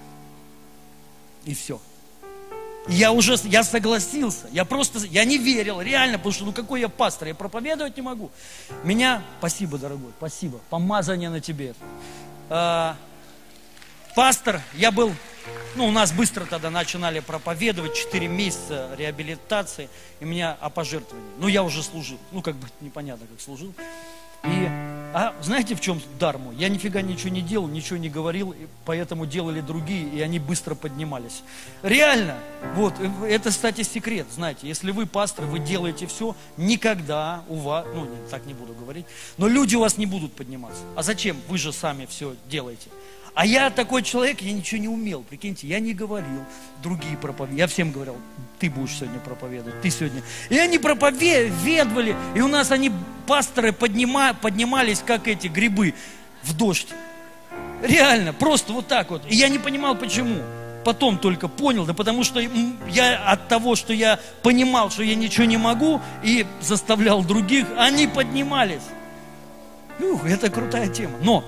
И все. Я уже, я согласился, я просто, я не верил, реально, потому что, ну какой я пастор, я проповедовать не могу. Меня, спасибо, дорогой, спасибо, помазание на тебе. А, пастор, я был, ну у нас быстро тогда начинали проповедовать, четыре месяца реабилитации, и меня о пожертвовании. Ну я уже служил, ну как бы непонятно как служил. И, а знаете, в чем дар мой? Я нифига ничего не делал, ничего не говорил, и поэтому делали другие, и они быстро поднимались. Реально, вот, это, кстати, секрет, знаете, если вы пастор, вы делаете все, никогда у вас, ну, так не буду говорить, но люди у вас не будут подниматься. А зачем? Вы же сами все делаете. А я такой человек, я ничего не умел, прикиньте, я не говорил, другие проповедовали. Я всем говорил, ты будешь сегодня проповедовать, ты сегодня. И они проповедовали, и у нас они, пасторы, поднима, поднимались, как эти грибы в дождь. Реально, просто вот так вот. И я не понимал, почему. Потом только понял, да потому что я от того, что я понимал, что я ничего не могу, и заставлял других, они поднимались. Ух, это крутая тема. Но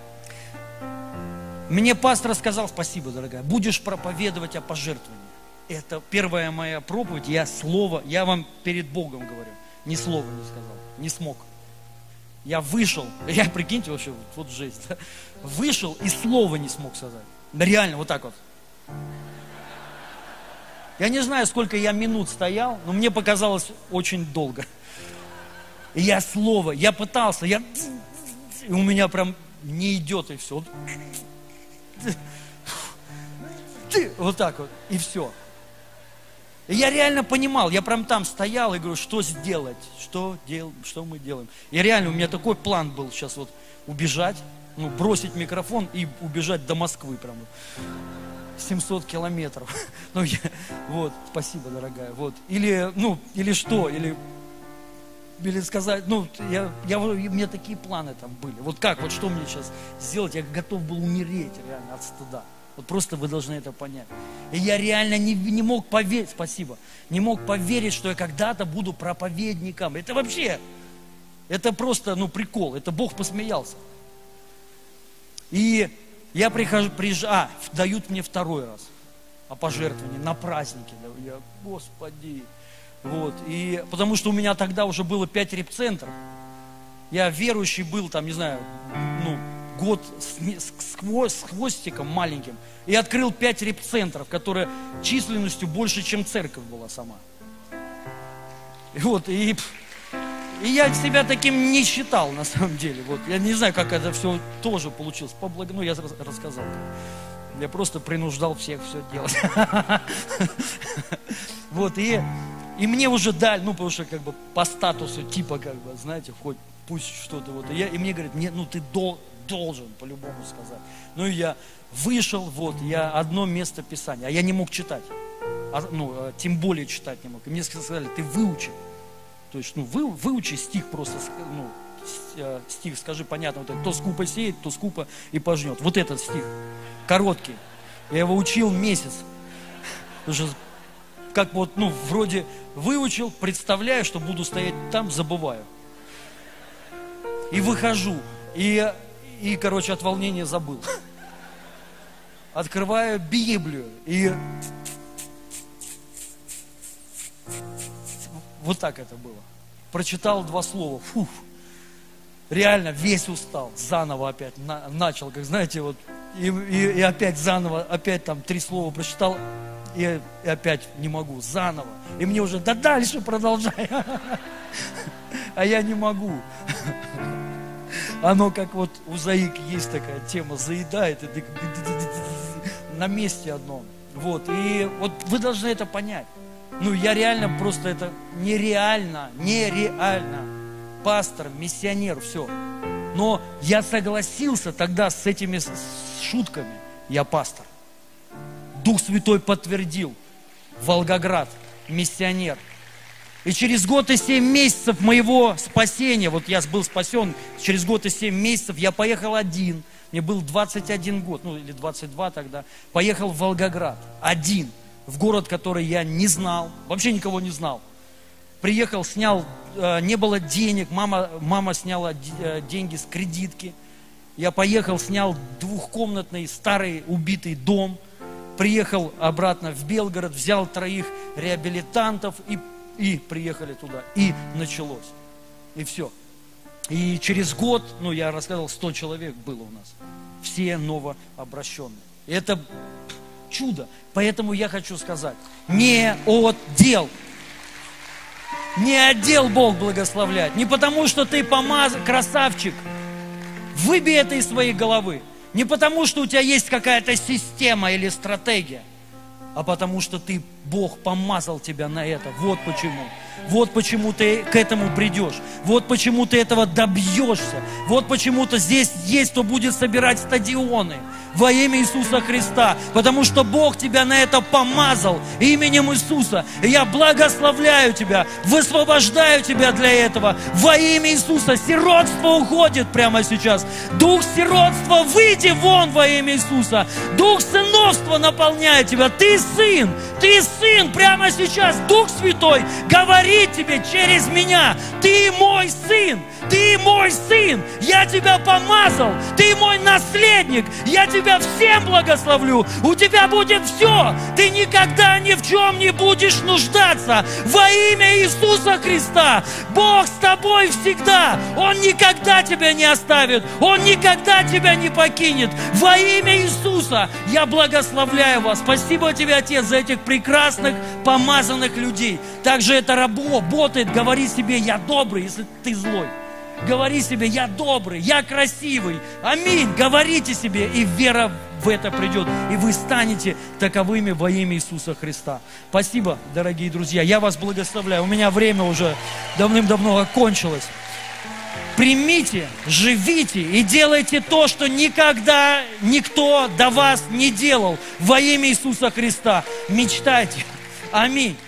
мне пастор сказал, спасибо, дорогая, будешь проповедовать о пожертвовании. Это первая моя проповедь, я слово, я вам перед Богом говорю, ни слова не сказал, не смог. Я вышел, я, прикиньте, вообще, вот жесть, да? Вышел и слова не смог сказать. Да реально, вот так вот. Я не знаю, сколько я минут стоял, но мне показалось очень долго. И я слово, я пытался, я, и у меня прям не идет, и все. Вот так вот, и все. И я реально понимал, я прям там стоял и говорю, что сделать, что, дел, что мы делаем. И реально у меня такой план был сейчас вот убежать, ну, бросить микрофон и убежать до Москвы прям. семьсот километров. Ну, я, вот, спасибо, дорогая. Вот. Или, ну, или что, или, или сказать, ну, я, я, у меня такие планы там были. Вот как, вот что мне сейчас сделать? Я готов был умереть реально от стыда. Вот просто вы должны это понять. И я реально не, не мог поверить, спасибо, не мог поверить, что я когда-то буду проповедником. Это вообще, это просто, ну, прикол, это Бог посмеялся. И я прихожу, приезжаю, а, дают мне второй раз о пожертвовании на празднике. Я, Господи, вот, и потому что у меня тогда уже было пять репцентров. Я верующий был, там, не знаю, ну, год с, с, с хвостиком маленьким, и открыл пять репцентров, которые численностью больше, чем церковь была сама. И вот, и, и я себя таким не считал, на самом деле. Вот, я не знаю, как это все тоже получилось. Поблаго... Ну, я рассказал. Я просто принуждал всех все делать. Вот, и, и мне уже дали, ну, потому что как бы по статусу, типа, как бы, знаете, хоть пусть что-то вот. И, я, и мне говорят, нет, ну, ты до... должен по-любому сказать. Ну и я вышел, вот, я одно место Писания, а я не мог читать, а, ну, тем более читать не мог. И мне сказали, ты выучи, то есть, ну, вы, выучи стих просто, ну, стих, скажи понятно, вот это, то скупо сеет, то скупо и пожнет. Вот этот стих, короткий. Я его учил месяц. Уже как вот, ну, вроде выучил, представляю, что буду стоять там, забываю. И выхожу, и И, короче, от волнения забыл. открываю Библию и вот так это было. Прочитал два слова, фух, реально весь устал, заново опять на, начал, как знаете, вот, и, и, и опять заново, опять там три слова прочитал, и, и опять не могу, заново. И мне уже, да дальше продолжай. А я не могу. Оно как вот у заик есть такая тема, заедает, и ты на месте одном. Вот, и вот вы должны это понять. Ну, я реально просто это нереально, нереально. Пастор, миссионер, все. Но я согласился тогда с этими с шутками. Я пастор. Дух Святой подтвердил. Волгоград, миссионер. И через год и семь месяцев моего спасения, вот я был спасен, через год и семь месяцев я поехал один. Мне был двадцать один год, ну или двадцать два тогда. Поехал в Волгоград, один. В город, который я не знал, вообще никого не знал. Приехал, снял, э, не было денег, мама, мама сняла э, деньги с кредитки. Я поехал, снял двухкомнатный старый убитый дом. Приехал обратно в Белгород, взял троих реабилитантов и, и приехали туда. И началось. И все. И через год, ну я рассказывал, сто человек было у нас. Все новообращенные. И это чудо. Поэтому я хочу сказать, не от дел. Не от дел Бог благословляет. Не потому, что ты помаз... красавчик. Выбей это из своей головы. Не потому, что у тебя есть какая-то система или стратегия, а потому, что ты, Бог помазал тебя на это. Вот почему. Вот почему ты к этому придешь. Вот почему ты этого добьешься. Вот почему-то здесь есть, кто будет собирать стадионы во имя Иисуса Христа. Потому что Бог тебя на это помазал именем Иисуса. И я благословляю тебя, высвобождаю тебя для этого. Во имя Иисуса сиротство уходит прямо сейчас. Дух сиротства, выйди вон во имя Иисуса. Дух сыновства наполняет тебя. Ты сын, ты сын прямо сейчас. Дух Святой говорит тебе через меня: ты мой сын, ты мой сын, я тебя помазал, ты мой наследник, я тебя всем благословлю, у тебя будет все, ты никогда ни в чем не будешь нуждаться. Во имя Иисуса Христа, Бог с тобой всегда, Он никогда тебя не оставит, Он никогда тебя не покинет. Во имя Иисуса я благословляю вас. Спасибо тебе, Отец, за этих прекрасных помазанных людей. Также это работает. Говори себе: я добрый, если ты злой. Говори себе: я добрый, я красивый. Аминь. Говорите себе, и вера в это придет. И вы станете таковыми во имя Иисуса Христа. Спасибо, дорогие друзья. Я вас благословляю. У меня время уже давным-давно окончилось. Примите, живите и делайте то, что никогда никто до вас не делал во имя Иисуса Христа. Мечтайте. Аминь.